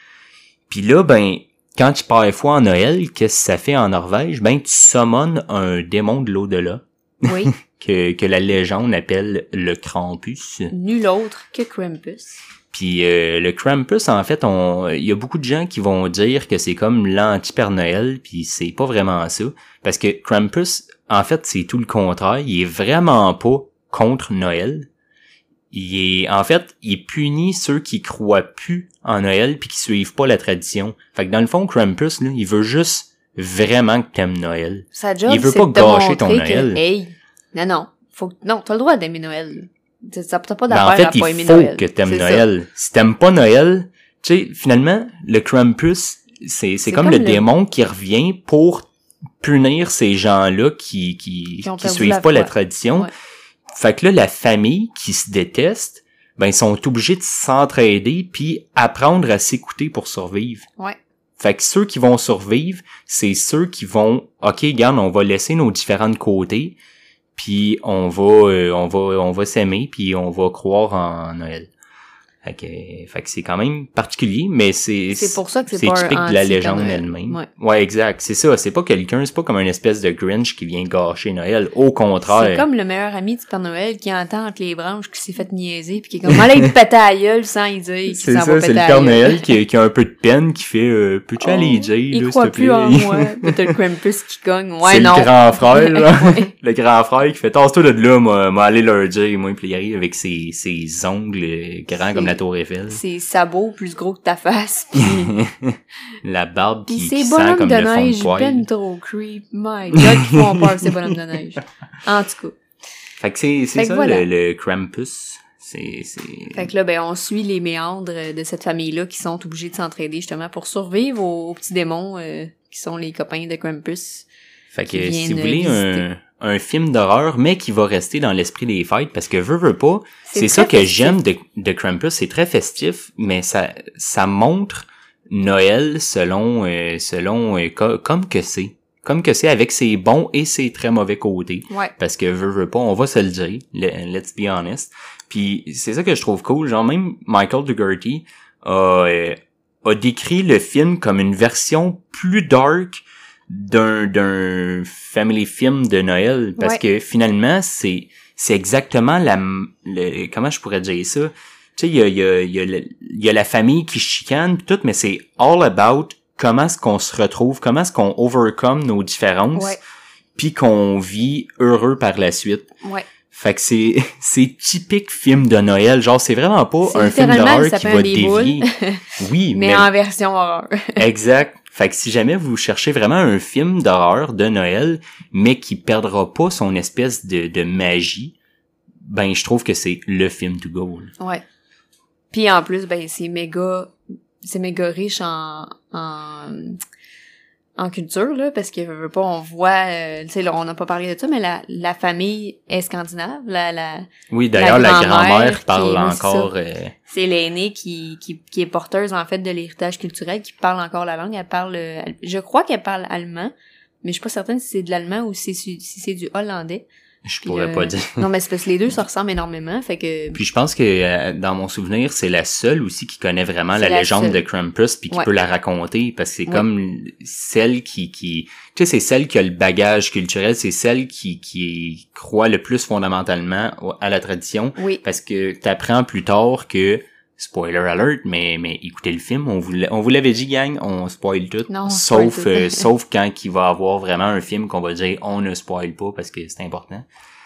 Puis là, ben, quand tu perds foi en Noël, qu'est-ce que ça fait en Norvège? Ben, tu summones un démon de l'au-delà. Oui. que, que la légende appelle le Krampus. Nul autre que Krampus. Puis euh, le Krampus, en fait, on, il y a beaucoup de gens qui vont dire que c'est comme l'anti-Père Noël, puis c'est pas vraiment ça. Parce que Krampus, en fait, c'est tout le contraire. Il est vraiment pas contre Noël. Il est, en fait, il punit ceux qui croient plus en Noël puis qui suivent pas la tradition. Fait que dans le fond, Krampus, là, il veut juste vraiment que t'aimes Noël. Sa job, il veut c'est pas de gâcher ton que, Noël. Hey, non, non, faut, non, t'as le droit d'aimer Noël. Ça t'as pas d'affaire ben en fait, à pas aimer Noël. Il faut que t'aimes c'est Noël. Ça. Si t'aimes pas Noël, tu sais, finalement, le Krampus, c'est, c'est, c'est comme, comme le, le démon qui revient pour punir ces gens-là qui, qui, qui, qui suivent la pas foi. La tradition. Ouais. Fait que là, la famille qui se déteste, ben ils sont obligés de s'entraider puis apprendre à s'écouter pour survivre. Ouais. Fait que ceux qui vont survivre, c'est ceux qui vont OK, regarde, on va laisser nos différents côtés puis on va euh, on va on va s'aimer puis on va croire en Noël. Fait que, fait que c'est quand même particulier, mais c'est c'est pour ça que c'est, c'est pas typique un de la légende elle-même. Ouais. ouais, exact, c'est ça, c'est pas quelqu'un, c'est pas comme une espèce de Grinch qui vient gâcher Noël, au contraire. C'est comme le meilleur ami du Père Noël qui entend entre les branches qui s'est fait niaiser puis qui est comme allez il pète à la gueule sans y dire qu'il s'en va péter à la gueule. C'est ça, c'est le Père Noël qui, qui a un peu de peine qui fait euh, peux-tu oh, aller dire il là, croit s'il te plaît. plus en moi, t'as le Krampus qui cogne. Ouais c'est non. C'est le grand frère là. ouais. Le grand frère qui fait tasse-toi de là, moi, moi aller leur dire moi puis il arrive avec ses ses ongles grands c'est... comme la Tour Eiffel. Ses sabots plus gros que ta face pis la barbe qui, qui sent comme de le fond neige, de poil. Ben trop creep. My God, qui font peur ces bonhommes de neige. En tout cas. Fait que c'est, c'est fait ça, voilà. le, le Krampus. C'est, c'est... Fait que là, ben, on suit les méandres de cette famille-là qui sont obligés de s'entraider justement pour survivre aux, aux petits démons euh, qui sont les copains de Krampus. Fait que si vous voulez un, un film d'horreur, mais qui va rester dans l'esprit des fêtes, parce que veux, veux pas, c'est, c'est ça que festif. J'aime de, de Krampus, c'est très festif, mais ça, ça montre Noël selon, euh, selon, euh, co- comme que c'est. Comme que c'est avec ses bons et ses très mauvais côtés. Ouais. Parce que veux, veux pas, on va se le dire, let's be honest. Puis c'est ça que je trouve cool, genre même Michael Dougherty a, euh, a décrit le film comme une version plus dark d'un d'un family film de Noël parce ouais. que finalement c'est c'est exactement la le, comment je pourrais dire ça, tu sais il y a il y a il y a le, il y a la famille qui chicane pis tout, mais c'est all about comment est-ce qu'on se retrouve, comment est-ce qu'on overcome nos différences ouais. puis qu'on vit heureux par la suite. Ouais. Fait que c'est c'est typique film de Noël, genre c'est vraiment pas C'est un film littéralement d'horreur le qui sapin va des dévier. boules. Oui, mais, mais en version horreur. exact. Fait que si jamais vous cherchez vraiment un film d'horreur de Noël, mais qui perdra pas son espèce de, de magie, ben je trouve que c'est le film to go. Là. Ouais. Puis en plus, ben c'est méga, c'est méga riche en en, en culture là, parce que je veux pas, on voit, euh, tu sais, là, on n'a pas parlé de ça, mais la la famille est scandinave, la la. Oui, d'ailleurs la grand-mère, la grand-mère parle est, encore. C'est, euh... c'est l'aînée qui qui qui est porteuse en fait de l'héritage culturel, qui parle encore la langue. Elle parle, euh, je crois qu'elle parle allemand, mais je suis pas certaine si c'est de l'allemand ou si c'est si c'est du hollandais. Je Puis, pourrais euh, pas dire. Non, mais c'est parce que les deux se ressemblent énormément, fait que... Puis je pense que, euh, dans mon souvenir, c'est la seule aussi qui connaît vraiment c'est la, la légende seule. de Krampus puis qui Ouais. peut la raconter parce que c'est Ouais. comme celle qui, qui, tu sais, c'est celle qui a le bagage culturel, c'est celle qui, qui croit le plus fondamentalement au- à la tradition Oui. parce que t'apprends plus tard que, spoiler alert, mais, mais écoutez le film, on vous, l'a- on vous l'avait dit, gang, on spoil tout. Non, on sauf, spoil tout. euh, sauf quand il va avoir vraiment un film qu'on va dire on ne spoil pas parce que c'est important.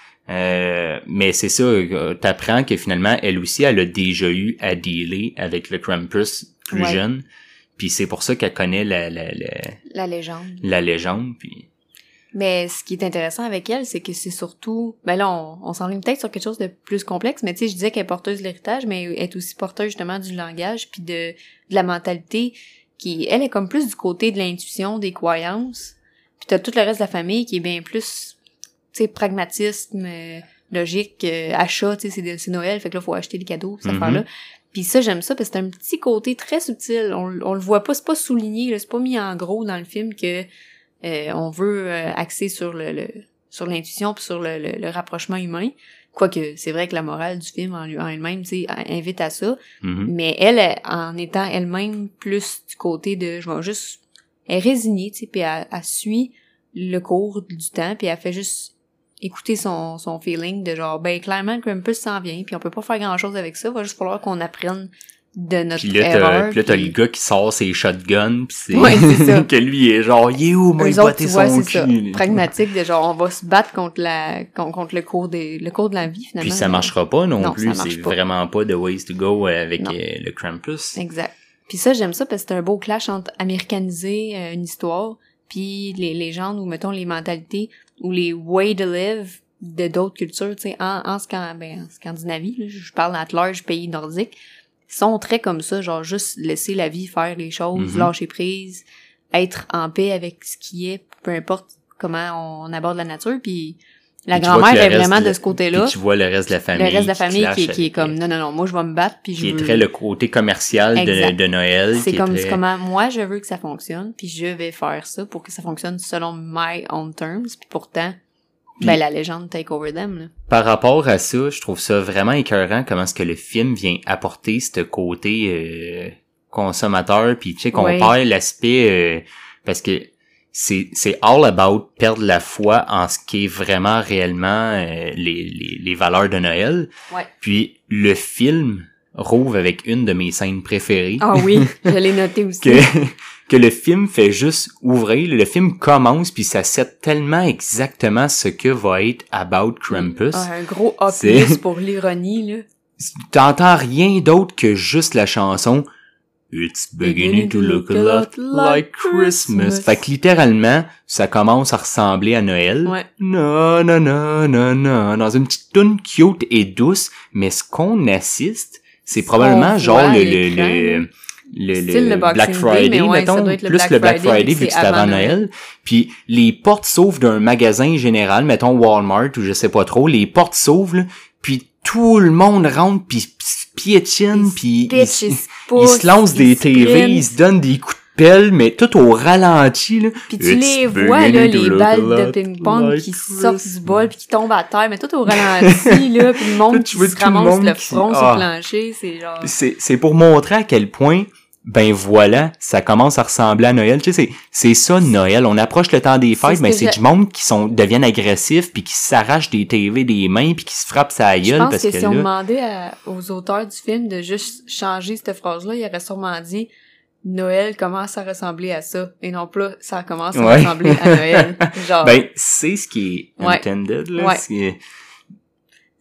Euh, mais c'est ça, euh, t'apprends que finalement, elle aussi, elle a déjà eu à dealer avec le Krampus plus Ouais. jeune. Puis c'est pour ça qu'elle connaît la, la, la, La légende. la légende. Puis... Mais ce qui est intéressant avec elle, c'est que c'est surtout... Ben là, on, on s'enligne peut-être sur quelque chose de plus complexe, mais tu sais, je disais qu'elle est porteuse de l'héritage, mais elle est aussi porteuse justement du langage puis de, de la mentalité qui... Elle est comme plus du côté de l'intuition, des croyances. Puis t'as tout le reste de la famille qui est bien plus, tu sais, pragmatisme, euh, logique, euh, achat, tu sais, c'est, c'est Noël, fait que là, faut acheter des cadeaux, cette Mhm. affaire-là. Puis ça, j'aime ça, parce que c'est un petit côté très subtil. On, on le voit pas, c'est pas souligné, là, c'est pas mis en gros dans le film que... Euh, on veut euh, axer sur le, le sur l'intuition puis sur le, le, le rapprochement humain. Quoique, c'est vrai que la morale du film en, lui- en elle-même, tu sais, invite à ça. Mhm. Mais elle, elle, en étant elle-même plus du côté de, je vais juste, elle est résignée, tu sais, puis elle, elle suit le cours du temps, puis elle fait juste écouter son son feeling de genre, ben clairement, Krampus s'en vient, puis on peut pas faire grand-chose avec ça, il va juste falloir qu'on apprenne de notre Puis là, t'as, erreur. puis là, t'as puis- le gars qui sort ses shotguns, pis c'est, Ouais, c'est ça. que lui, il est genre, il est où, moi, il Eux autres, battait tu vois, son c'est ça. cul. Pragmatique, de genre, on va se battre contre la, contre, contre le cours des, le cours de la vie, finalement. Puis ça marchera pas non, Non, plus, ça marche c'est pas. vraiment pas the ways to go avec Non. euh, le Krampus. Exact. Puis ça, j'aime ça parce que c'est un beau clash entre américaniser euh, une histoire, puis les légendes ou, mettons, les mentalités ou les way to live de d'autres cultures, tu sais, en, en, Scan- ben, en Scandinavie, là, je parle à large pays nordique, sont très comme ça, genre juste laisser la vie faire les choses, Mhm. lâcher prise, être en paix avec ce qui est, peu importe comment on aborde la nature, puis la Puis tu vois grand-mère que le est reste vraiment de- de ce côté-là. Puis tu vois le reste de la Le famille. reste de la famille clash qui, est- qui est avec, comme, euh, non, non, non, moi je vais me battre, puis je qui est veux... très le côté commercial de, Exact. de Noël. C'est qui comme est très... comment moi je veux que ça fonctionne, puis je vais faire ça pour que ça fonctionne selon my own terms, puis pourtant, Puis- ben la légende take over them, là. Par rapport à ça, je trouve ça vraiment écœurant comment est-ce que le film vient apporter ce côté euh, consommateur, puis tu sais qu'on Ouais. perd l'aspect euh, parce que c'est c'est all about perdre la foi en ce qui est vraiment réellement euh, les, les les valeurs de Noël. Ouais. Puis le film rouvre avec une de mes scènes préférées. Ah oui, je l'ai noté aussi. que que le film fait juste ouvrir, le film commence puis ça set tellement exactement ce que va être About Krampus. Ah, un gros A C'est- plus pour l'ironie, là. T'entends rien d'autre que juste la chanson It's beginning to look a lot like Christmas. Fait que littéralement, ça commence à ressembler à Noël. Ouais. Non, non, non, non, non. Dans une petite tune cute et douce, mais ce qu'on assiste, c'est Ce probablement qu'on genre voit à le, l'écran, le, le, le, Style le le Boxing Black Day, Friday, mais ouais, mettons, ça doit être le plus Black le Black Friday, Friday vu vu que que c'est c'est avant avant Noël. Noël. Puis les portes s'ouvrent d'un magasin général, mettons Walmart ou je sais pas trop, les portes s'ouvrent, là, puis tout le monde rentre puis s- piétine, puis Pitch, ils, il se ils pousse, se lancent des il se T V, sprint. ils se donnent des coups de pelle, mais tout au ralenti, là. Puis tu It's les vois, là, beginning to les look balles a de lot ping-pong like qui sortent du Christmas. bol puis qui tombent à terre, mais tout au ralenti, là, puis le monde Là, qui tu vois se tout le ramasse monde le qui- front sur Ah. le plancher, c'est genre... C'est, c'est pour montrer à quel point, ben voilà, ça commence à ressembler à Noël. Tu sais, c'est, c'est ça Noël. On approche le temps des C'est fêtes, ce ben que c'est j'ai- du monde qui sont deviennent agressifs puis qui s'arrachent des T V des mains puis qui se frappent sa Je gueule pense parce que, que, si on là, demandait à- aux auteurs du film de juste changer cette phrase-là, ils auraient sûrement dit Noël commence à ressembler à ça, et non pas ça commence à Ouais. ressembler à Noël. Genre, ben c'est ce qui est Ouais. intended là. Ouais. c'est-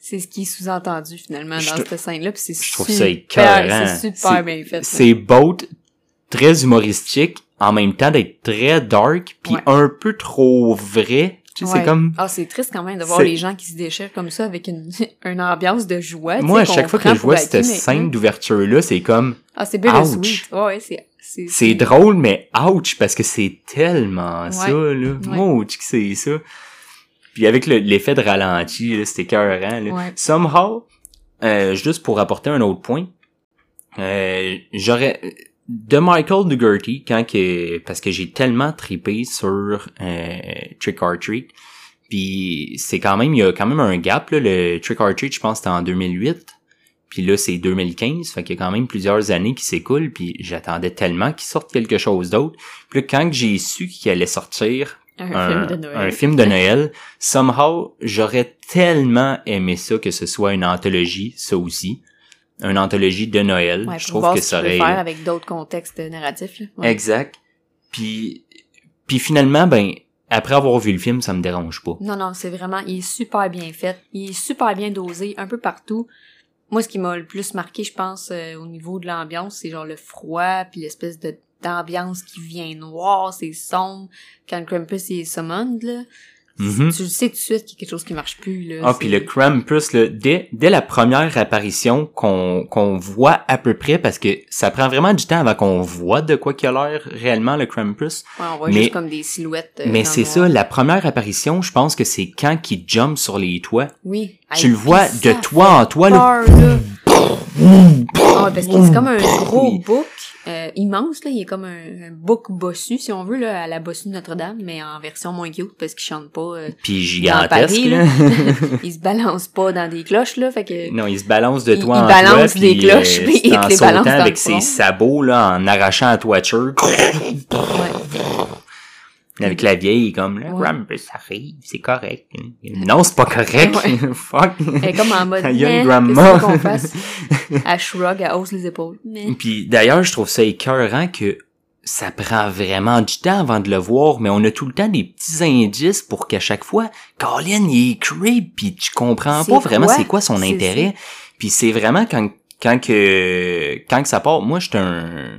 C'est ce qui est sous-entendu, finalement, Je dans te- cette scène-là, pis c'est Je super, trouve ça écœurant. c'est super bien fait. C'est both très humoristique, en même temps d'être très dark, puis Ouais. un peu trop vrai. Tu sais, Ouais. c'est comme... Ah, c'est triste quand même de voir C'est- les gens qui se déchirent comme ça avec une, une ambiance de joie. tu Moi, à sais, chaque qu'on fois que prend je vois pour cette acquis, mais- scène d'ouverture-là, c'est comme... Ah, c'est bittersweet. Ouch. Ouais, ouais, c'est, c'est, C'est drôle, mais ouch, parce que c'est tellement ça, là. Ouais. Ouch, que c'est ça. Puis avec le- l'effet de ralenti, là, c'était écœurant, là. Ouais. Somehow, euh, juste pour apporter un autre point, euh, j'aurais... De Michael Dougherty, quand que... Parce que j'ai tellement trippé sur euh, Trick or Treat, puis c'est quand même... Il y a quand même un gap, là. Le Trick or Treat, je pense, c'était en deux mille huit. Puis là, c'est deux mille quinze, fait qu'il y a quand même plusieurs années qui s'écoulent, puis j'attendais tellement qu'il sorte quelque chose d'autre. Puis là, quand que j'ai su qu'il allait sortir Un, un, film de Noël. un film de Noël, somehow, j'aurais tellement aimé ça que ce soit une anthologie, ça aussi. Une anthologie de Noël. Ouais, Je pour trouve voir que ce ça qu'il peut aurait... faire avec d'autres contextes narratifs, là. Ouais. Exact. Puis, puis finalement, ben, après avoir vu le film, ça me dérange pas. Non, non, c'est vraiment, il est super bien fait. Il est super bien dosé, un peu partout. Moi, ce qui m'a le plus marqué, je pense, euh, au niveau de l'ambiance, c'est genre le froid, puis l'espèce de d'ambiance qui vient noire, c'est sombre. Quand Krampus est summoned, là, Mm-hmm. tu le sais tout de suite qu'il y a quelque chose qui marche plus, là. Ah, c'est- puis le Krampus, là, dès, dès la première apparition qu'on qu'on voit à peu près, parce que ça prend vraiment du temps avant qu'on voit de quoi qu'il a l'air réellement, le Krampus. Ouais, on voit mais- juste comme des silhouettes. euh, Mais dans c'est le ça, noir. la première apparition, je pense que c'est quand qu'il jump sur les toits. Oui. Tu Hey, le vois puis de ça toi fait en toi, là. peur, là. Ah, parce que c'est comme un gros Oui. bouc euh, immense, là. Il est comme un, un bouc bossu, si on veut, là, à la bossue de Notre-Dame, mais en version moins cute, parce qu'il chante pas euh, Puis dans gigantesque, Paris, là. là. Il se balance pas dans des cloches, là, fait que... Non, il se balance de Il- toi il en balance toi, des puis, cloches, euh, puis c'est il en te les sautant balance dans avec le ses front. sabots, là, en arrachant la toiture. Ouais. Avec la vieille, comme, là, Ouais. Krampus arrive, c'est correct. Non, c'est pas correct. Ouais. Fuck. Elle est comme en mode, Aïe, aïe, mais, grandma. qu'est-ce qu'on fasse? Elle shrug, elle hausse les épaules. Mais... Puis d'ailleurs, je trouve ça écœurant que ça prend vraiment du temps avant de le voir, mais on a tout le temps des petits indices pour qu'à chaque fois, Colin, il est creep, puis tu comprends C'est pas vraiment quoi? c'est quoi son C'est intérêt. Puis c'est vraiment quand quand que quand que ça part, moi j'étais un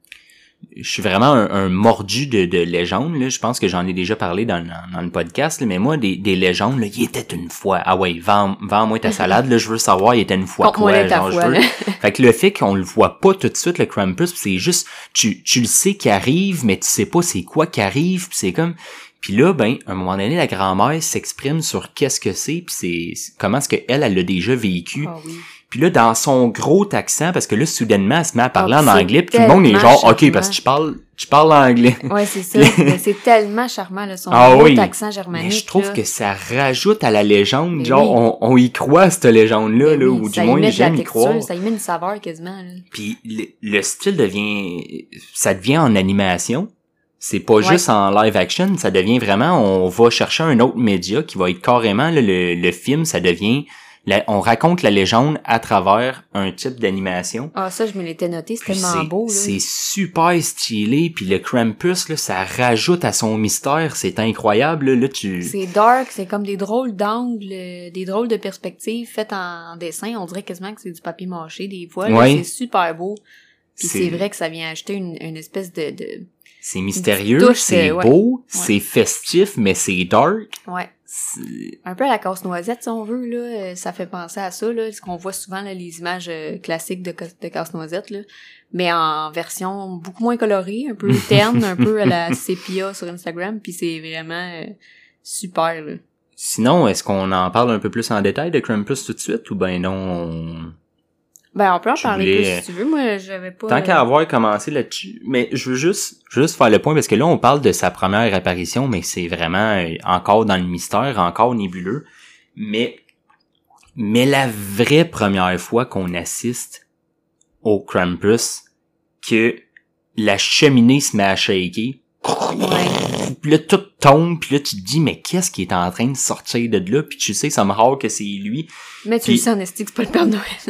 je suis vraiment un, un mordu de, de légendes, là. Je pense que j'en ai déjà parlé dans, dans, dans le podcast, là. Mais moi, des, des légendes, là, il était une fois. Ah ouais, vends, vends-moi ta salade, là, je veux savoir, il était une fois Compte-moi quoi, là ta genre, foi, je veux. là. Fait que le fait qu'on le voit pas tout de suite, le Krampus, pis c'est juste, tu, tu le sais qu'il arrive, mais tu sais pas c'est quoi qui arrive, pis c'est comme, puis là, ben, à un moment donné, la grand-mère s'exprime sur qu'est-ce que c'est, pis c'est, c'est- comment est-ce qu'elle, elle l'a déjà vécu. Ah oui. Puis là, dans son gros accent, parce que là, soudainement, elle se met à parler Ah, en c'est anglais, puis tout le monde est tellement genre, OK, charmant. parce que tu parles, tu parles anglais. Ouais, c'est ça. Mais c'est tellement charmant, là, son Ah gros oui. accent germanique. Mais je trouve là. que ça rajoute à la légende, Mais genre, oui. on, on y croit à cette légende-là, Mais là, oui, ou ça du y moins, met de la j'aime y texture, croire. ça y met une saveur quasiment, là. Puis le, le style devient, ça devient en animation. C'est pas Ouais. juste en live action, ça devient vraiment, on va chercher un autre média qui va être carrément, là, le, le film, ça devient, la- on raconte la légende à travers un type d'animation. Ah, ça, je me l'étais noté, c'est Puis tellement c'est, beau, là. c'est super stylé, puis le Krampus, là, ça rajoute à son mystère, c'est incroyable, là, là tu... C'est dark, c'est comme des drôles d'angles, euh, des drôles de perspectives faites en, en dessin. On dirait quasiment que c'est du papier mâché des fois. là. Ouais. C'est super beau. Puis C'est- c'est vrai que ça vient ajouter une, une espèce de, de... C'est mystérieux, touche, c'est euh, ouais. beau, Ouais. c'est festif, mais c'est dark. Ouais. C'est- Un peu à la casse-noisette, si on veut, là. euh, Ça fait penser à ça, là. Ce qu'on voit souvent, là, les images euh, classiques de, ca- de casse-noisette, là. Mais en version beaucoup moins colorée, un peu terne, un peu à la sépia sur Instagram. Puis c'est vraiment euh, super, là. Sinon, est-ce qu'on en parle un peu plus en détail de Krampus tout de suite, ou ben non, on... Ben, on peut en Je parler voulais, plus si tu veux. Moi, j'avais pas... Tant qu'à euh, avoir commencé là-dessus, mais je veux juste, juste faire le point, parce que là, on parle de sa première apparition, mais c'est vraiment euh, encore dans le mystère, encore nébuleux. Mais, mais la vraie première fois qu'on assiste au Krampus, que la cheminée se met à shaker, Ouais. puis là, tout tombe, puis là, tu te dis, mais qu'est-ce qui est en train de sortir de là? Puis tu sais, ça me rare que c'est lui. Mais tu Puis- le sais en esti que c'est pas le Père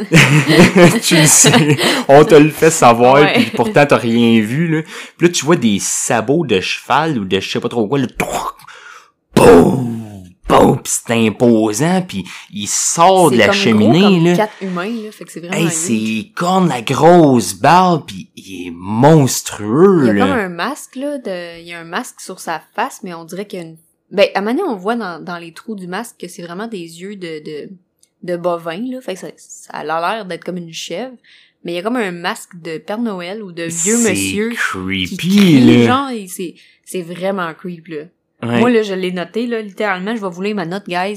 Noël. Tu le sais. On te le fait savoir, Ouais. puis pourtant t'as rien vu, là. Puis là, tu vois des sabots de cheval ou de je sais pas trop quoi, là. Boum! Boum! wow, pis c'est imposant, pis il sort de la comme cheminée, gros comme là. quatre humains, là, fait que c'est vraiment Hey, huge. c'est corne, la grosse barbe, pis il est monstrueux, Il y a là. comme un masque, là, de, il y a un masque sur sa face, mais on dirait qu'il y a une, ben, à un moment donné, on voit dans, dans les trous du masque que c'est vraiment des yeux de, de, de bovin, là, fait que ça, ça a l'air d'être comme une chèvre, mais il y a comme un masque de Père Noël ou de vieux monsieur C'est creepy, qui crie, là. genre, et c'est, c'est vraiment creep, là. Ouais. Moi, là, je l'ai noté, là, littéralement, je vais vous lire ma note, guys.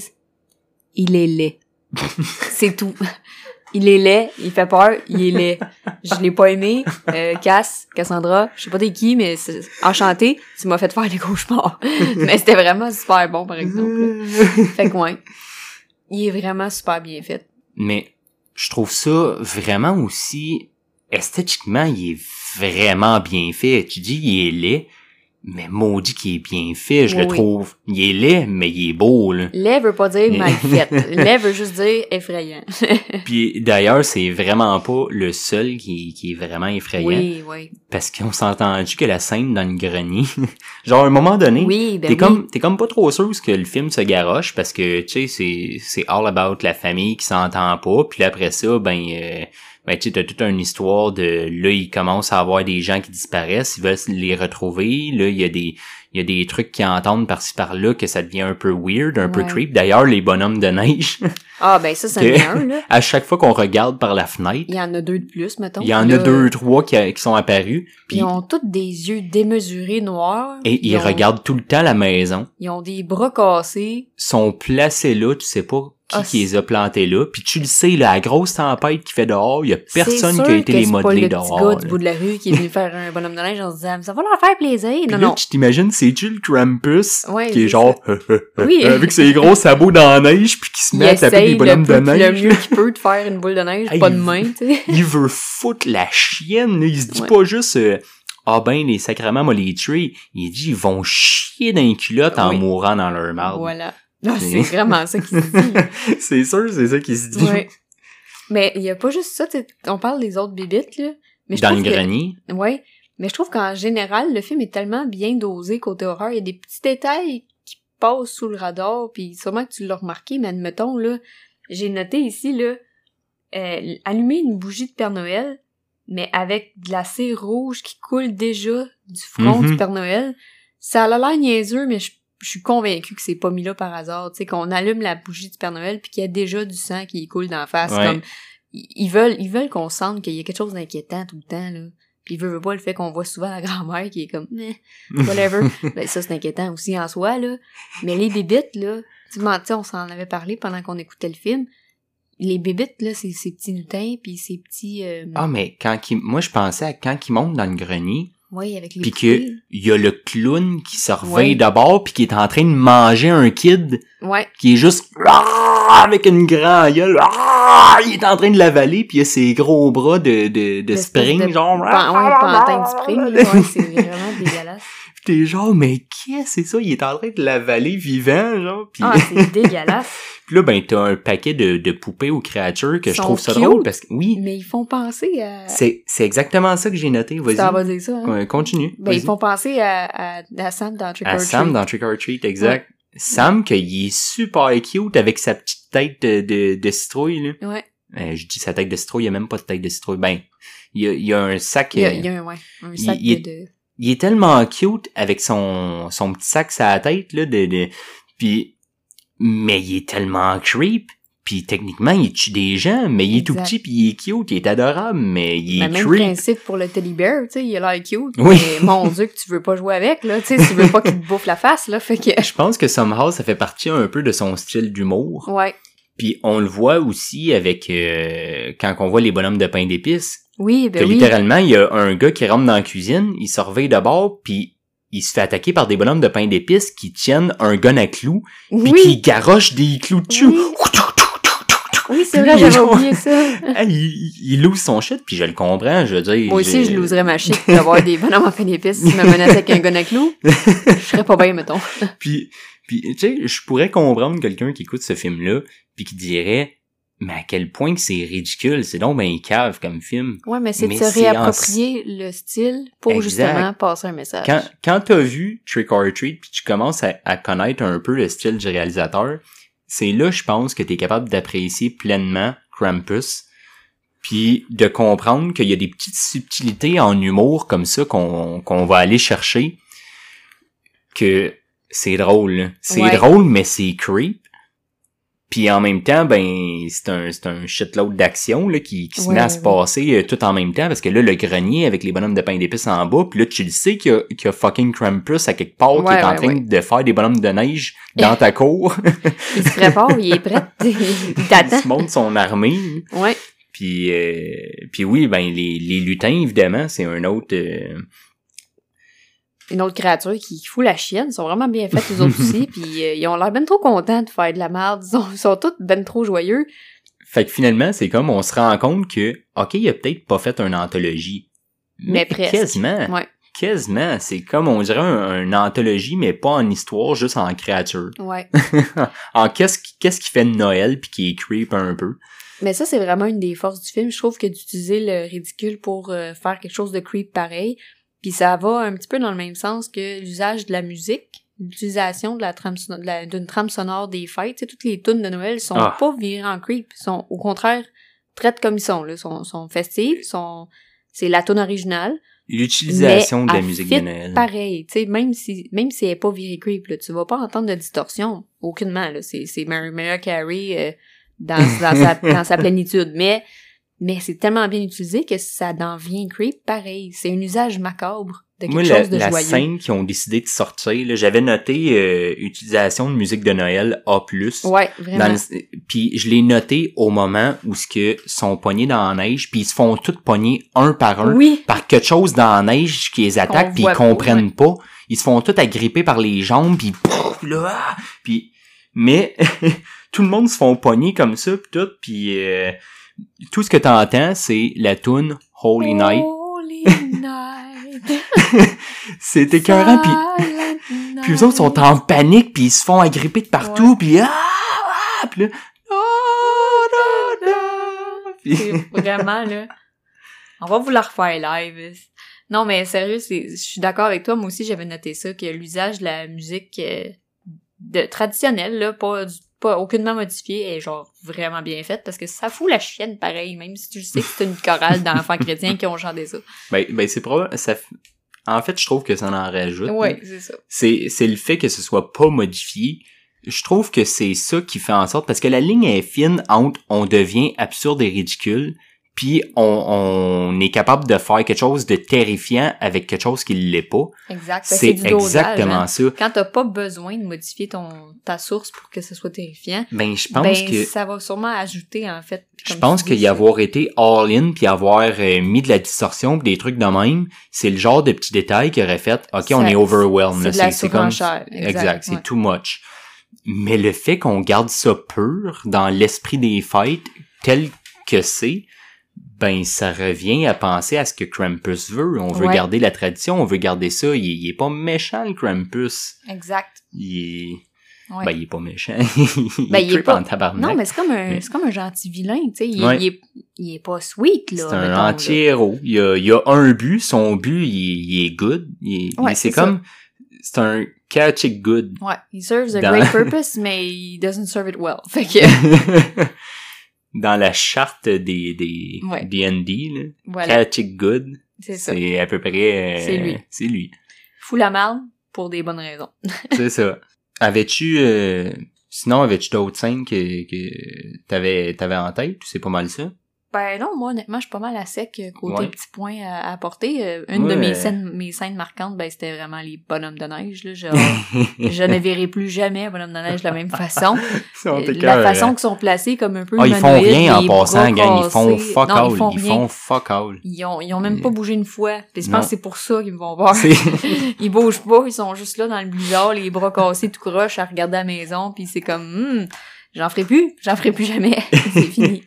Il est laid. C'est tout. Il est laid, il fait peur, il est laid. Je l'ai pas aimé. Euh, Cass, Cassandra, je sais pas t'es qui, mais c'est enchanté. Tu m'as fait faire des cauchemars. Mais c'était vraiment super bon, par exemple. Là. Fait que ouais. Il est vraiment super bien fait. Mais je trouve ça vraiment aussi, esthétiquement, il est vraiment bien fait. Tu dis, il est laid, mais maudit qu'il est bien fait, je Oui, le oui. trouve. Il est laid, mais il est beau, là. Laid veut pas dire mal fait. Laid veut juste dire effrayant. Puis d'ailleurs, c'est vraiment pas le seul qui, qui est vraiment effrayant. Oui, oui. Parce qu'on s'est entendu que la scène dans le grenier, genre à un moment donné, Oui, ben t'es oui. comme t'es comme pas trop sûr que le film se garoche parce que tu sais c'est c'est all about la famille qui s'entend pas, puis là, après ça ben euh, ben tu sais t'as toute une histoire de là il commence à avoir des gens qui disparaissent, ils veulent les retrouver, là il y a des il y a des trucs qui entendent par-ci par-là que ça devient un peu weird, un peu Ouais. creep. D'ailleurs les bonhommes de neige, Ah, ben ça, c'est Que- un là. à chaque fois qu'on regarde par la fenêtre, Il y en a deux de plus, mettons. il y en Là, a deux trois qui, qui sont apparus, puis Ils ont tous des yeux démesurés noirs. et ils ont, regardent tout le temps la maison. Ils ont des bras cassés. Sont placés là, tu sais pas qui, Ah, qui les a plantés là, puis tu le sais, là, la grosse tempête qui fait dehors, il y a personne C'est qui a sûr été que les c'est pas modeler le dehors. petit gars là. du bout de la rue qui est venu faire un bonhomme de neige en se disant « Ça va leur faire plaisir! » Puis Non, là, non. tu t'imagines, c'est-tu le Krampus, Ouais, qui est c'est genre, Oui. avec ses gros sabots dans la neige, puis qui se Il met à taper essaye des bonhommes le, de peu, puis neige. le mieux qu'il peut de faire une boule de neige, Hey, pas de il- main, tu sais. Il veut foutre la chienne, là. Il se dit Ouais. pas juste, euh, ah ben, les sacrements m'a les tuer. Il dit, ils vont chier dans les culottes en Oui. mourant dans leur marde. Voilà. Non, C'est- c'est vraiment ça qui se dit. C'est sûr, c'est ça qui se dit. Ouais. Mais il y a pas juste ça, tu sais, on parle des autres bébites, là. Mais je Dans le trouve que- grenier. Ouais. Mais je trouve qu'en général, le film est tellement bien dosé côté horreur. Il y a des petits détails qui passent sous le radar, puis sûrement que tu l'as remarqué, mais admettons, là, j'ai noté ici, là, euh, allumer une bougie de Père Noël, mais avec de la cire rouge qui coule déjà du front Mhm. du Père Noël. Ça a l'air niaiseux, mais je, je suis convaincue que c'est pas mis là par hasard. Tu sais, qu'on allume la bougie du Père Noël puis qu'il y a déjà du sang qui coule dans la face. Ouais. Comme, ils ils veulent, ils veulent qu'on sente qu'il y a quelque chose d'inquiétant tout le temps, là. Puis ils veulent pas le fait qu'on voit souvent la grand-mère qui est comme, eh, whatever. Ben, ça, c'est inquiétant aussi en soi, là. Mais les bébites, là, tu sais, on s'en avait parlé pendant qu'on écoutait le film. Les bébites, là, c'est ces petits lutins puis ces petits, euh, Ah, mais quand il, moi, je pensais à quand il monte dans le grenier, oui, avec les pis poupées. que, il y a le clown qui se réveille Ouais. d'abord pis qui est en train de manger un kid Ouais. qui est juste, ah, avec une grande gueule, ah, il est en train de l'avaler pis il a ses gros bras de, de, de L'espèce spring, de genre, pan- ouais, pantin de spring, là, ouais, c'est vraiment dégueulasse. Pis t'es genre, mais qu'est-ce que c'est ça? Il est en train de l'avaler vivant, genre, pis, Ah, c'est dégueulasse. pis là, ben, t'as un paquet de, de poupées ou créatures que Ils je sont trouve ça cute. drôle parce que, oui, Mais ils font penser à... c'est, c'est exactement ça que j'ai noté, Tu t'en vas vas-y. dire ça, hein? Ouais, continue. Ben, ils vas-y. font penser à, à, à Sam dans Trick or À Treat. Sam dans Trick or Treat, exact. Sam, qu'il est super cute avec sa petite tête de, de, de citrouille, là. Ouais. Euh, je dis sa tête de citrouille, il y a même pas de tête de citrouille. Ben, il y a, il y a un sac... Il y a, euh, il y a un, ouais, un il- sac il de, de... il est tellement cute avec son, son petit sac sur la tête, là, de, de, pis, mais il est tellement creep. Puis techniquement, il tue des gens, mais il est tout Exact. petit, puis il est cute, il est adorable, mais il Ben, est même creep. principe pour le teddy bear, tu sais, il a l'air cute. Oui. Mais mon Dieu, que tu veux pas jouer avec, là, tu sais, tu veux pas qu'il te bouffe la face, là, fait que... Je pense que somehow, ça fait partie un peu de son style d'humour. Ouais. Puis on le voit aussi avec euh, quand on voit les bonhommes de pain d'épices, Oui, que ben oui. littéralement, il y a un gars qui rentre dans la cuisine, il se réveille de bord, puis il se fait attaquer par des bonhommes de pain d'épices qui tiennent un gun à clous, puis Oui, qui garochent des clous dessus. Oui. oui, c'est Puis vrai, il est j'avais genre- oublié ça. Hey, il, il loue son shit, puis je le comprends, je veux dire... Moi aussi, je loserais ma shit d'avoir des bonhommes en fin d'épices qui me menaçaient avec un gun à clous. Je serais pas bien, mettons. Puis, puis tu sais, je pourrais comprendre quelqu'un qui écoute ce film-là, puis qui dirait... mais à quel point que c'est ridicule, c'est donc ben cave comme film. Ouais, mais c'est mais de se c'est réapproprier en... le style pour exact. Justement passer un message. Quand, quand t'as vu Trick or Treat puis tu commences à, à connaître un peu le style du réalisateur, c'est là, je pense, que t'es capable d'apprécier pleinement Krampus, puis de comprendre qu'il y a des petites subtilités en humour comme ça qu'on, qu'on va aller chercher, que c'est drôle. C'est ouais. drôle, mais c'est creep. Puis en même temps, ben c'est un c'est un shitload d'action là qui, qui se ouais, met à se ouais. passer euh, tout en même temps, parce que là le grenier avec les bonhommes de pain d'épices en bas, puis là tu le sais qu'il y a, qu'il y a fucking Krampus à quelque part ouais, qui est en ouais, train ouais. de faire des bonhommes de neige dans ta cour. Il se prépare, il est prêt, il t'attend. Il se monte son armée. Ouais. Puis euh, puis oui, ben les les lutins évidemment, c'est un autre euh, une autre créature qui fout la chienne. Ils sont vraiment bien faits, les autres aussi. Puis euh, ils ont l'air ben trop contents de faire de la merde. Ils sont, ils sont tous ben trop joyeux. Fait que finalement, c'est comme on se rend compte que, OK, il a peut-être pas fait une anthologie. Mais, mais presque. Quasiment. Ouais. Quasiment. C'est comme, on dirait, un, une anthologie, mais pas en histoire, juste en créature. Ouais. En qu'est-ce qui, qu'est-ce qui fait de Noël puis qui est creep un peu. Mais ça, c'est vraiment une des forces du film. Je trouve que d'utiliser le ridicule pour euh, faire quelque chose de creep pareil. Puis ça va un petit peu dans le même sens que l'usage de la musique, l'utilisation de la trame son- de la, d'une trame sonore des fêtes. Tu sais, toutes les tunes de Noël sont ah. pas virées en creep, sont au contraire traites comme ils sont, là, sont, sont festives, sont, c'est la tune originale. L'utilisation de la musique de Noël. Pareil, tu sais, même si, même si elle est pas virée creep, là, tu vas pas entendre de distorsion, aucunement, là, c'est, c'est Mariah Carey euh, dans, dans sa, dans sa plénitude, mais Mais c'est tellement bien utilisé que ça en vient creep pareil. C'est un usage macabre de quelque Moi, chose la, de la joyeux. La scène qui ont décidé de sortir, là, j'avais noté euh, utilisation de musique de Noël A plus. Ouais, vraiment. Puis je l'ai noté au moment où ce que sont pognés dans la neige, puis ils se font tous pogner un par un oui. par quelque chose dans la neige qui les attaque, puis ils comprennent pas. Ouais. Ils se font tous agripper par les jambes, puis là, puis mais tout le monde se font pogner comme ça, puis tout, puis euh, tout ce que t'entends, c'est la toune Holy Night. Holy Night. C'est écœurant, puis puis eux autres sont en panique, puis ils se font agripper de partout, ouais. puis ah, ah, puis là, ah, da, da, puis... C'est vraiment, là, on va vous la refaire live. Non, mais sérieux, c'est, je suis d'accord avec toi, moi aussi j'avais noté ça, que l'usage de la musique euh, de, traditionnelle, là, pas du pas aucunement modifiée, est genre vraiment bien faite, parce que ça fout la chienne pareil, même si tu sais que c'est une chorale d'enfants chrétiens qui ont chanté ça. Ben, ben c'est probable, ça en fait, je trouve que ça en rajoute. Oui, c'est ça. C'est, c'est le fait que ce soit pas modifié. Je trouve que c'est ça qui fait en sorte, parce que la ligne est fine entre on devient absurde et ridicule, puis on, on est capable de faire quelque chose de terrifiant avec quelque chose qui l'est pas. Exact. C'est, c'est du dosage, exactement hein. ça. Quand t'as pas besoin de modifier ton ta source pour que ce soit terrifiant, ben je pense ben, que ça va sûrement ajouter en fait. Je pense qu'il y avoir été all-in puis avoir euh, mis de la distorsion pis des trucs de même, c'est le genre de petits détails qui aurait fait OK, ça, on est overwhelmed. C'est, là, c'est, c'est comme exact, exact c'est ouais. too much. Mais le fait qu'on garde ça pur dans l'esprit des fêtes tel que c'est, ben ça revient à penser à ce que Krampus veut. On veut ouais. garder la tradition, on veut garder ça. Il, il est pas méchant, le Krampus. Exact. Il est... Ouais. Ben, il est pas méchant. il ben, est, il est pas... en tabarnak. Non, mais c'est comme un, mais... c'est comme un gentil vilain, tu sais. Il, ouais. il, est, il est pas sweet, là. C'est un anti-héros. Il a, il a un but. Son but, il, il est good. Il est, ouais, c'est, c'est comme... C'est un chaotic good. Ouais. He serves a dans... great purpose, mais he doesn't serve it well. Fait que... Dans la charte des, des, ouais. D and D, là. Voilà. Chaotic good. C'est ça. C'est à peu près... Euh, c'est lui. C'est lui. Fout la merde pour des bonnes raisons. C'est ça. Avais-tu... Euh, sinon, avais-tu d'autres scènes que, que t'avais, t'avais en tête? C'est pas mal ça? Ben non, moi, honnêtement, je suis pas mal à sec côté ouais. petits points à, à apporter. Une ouais. de mes scènes, mes scènes marquantes, ben c'était vraiment les bonhommes de neige. Là. Genre, je ne verrai plus jamais bonhommes de neige de la même façon. La façon qu'ils sont placés comme un peu oh, ils font rien en passant, gang. Ils font fuck non, all. Ils font, ils font fuck all. Ils ont, ils ont même pas bougé une fois. Puis je pense que c'est pour ça qu'ils me vont voir. Ils bougent pas, ils sont juste là dans le blizzard, les bras cassés tout croche à regarder à la maison. Puis c'est comme, hmm, j'en ferai plus, j'en ferai plus jamais. C'est fini.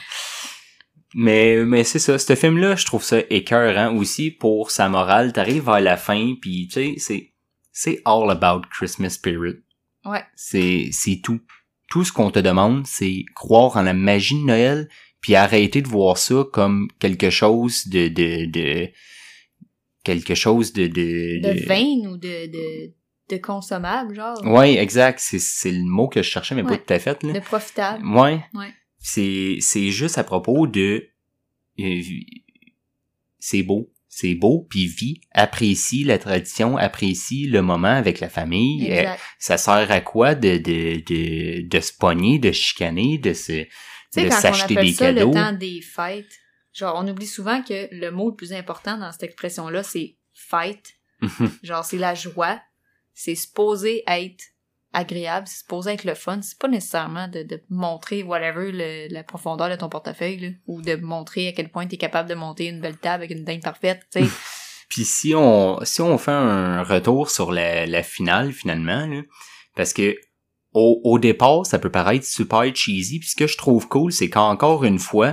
Mais mais c'est ça, ce film-là, je trouve ça écœurant aussi pour sa morale. T'arrives vers la fin, puis tu sais, c'est c'est all about Christmas spirit. Ouais. C'est c'est tout. tout ce qu'on te demande, c'est croire en la magie de Noël, puis arrêter de voir ça comme quelque chose de de de quelque chose de de de, de vain ou de de de consommable, genre. Ouais, exact, c'est c'est le mot que je cherchais, mais ouais. pas tout à fait là. De profitable. Ouais. Ouais. C'est c'est juste à propos de euh, c'est beau, c'est beau, puis vis, apprécie la tradition, apprécie le moment avec la famille. Euh, ça sert à quoi de de de de se pogner, de chicaner, de se T'sais, de quand s'acheter on appelle des ça cadeaux. Le temps des fêtes, genre on oublie souvent que le mot le plus important dans cette expression-là, c'est fête. Genre c'est la joie, c'est supposé être agréable, c'est supposé être le fun, c'est pas nécessairement de, de montrer whatever le, la profondeur de ton portefeuille là, ou de montrer à quel point t'es capable de monter une belle table avec une dinde parfaite, tu sais. Puis si on si on fait un retour sur la, la finale finalement là, parce que au, au départ ça peut paraître super cheesy, puis ce que je trouve cool c'est qu'encore une fois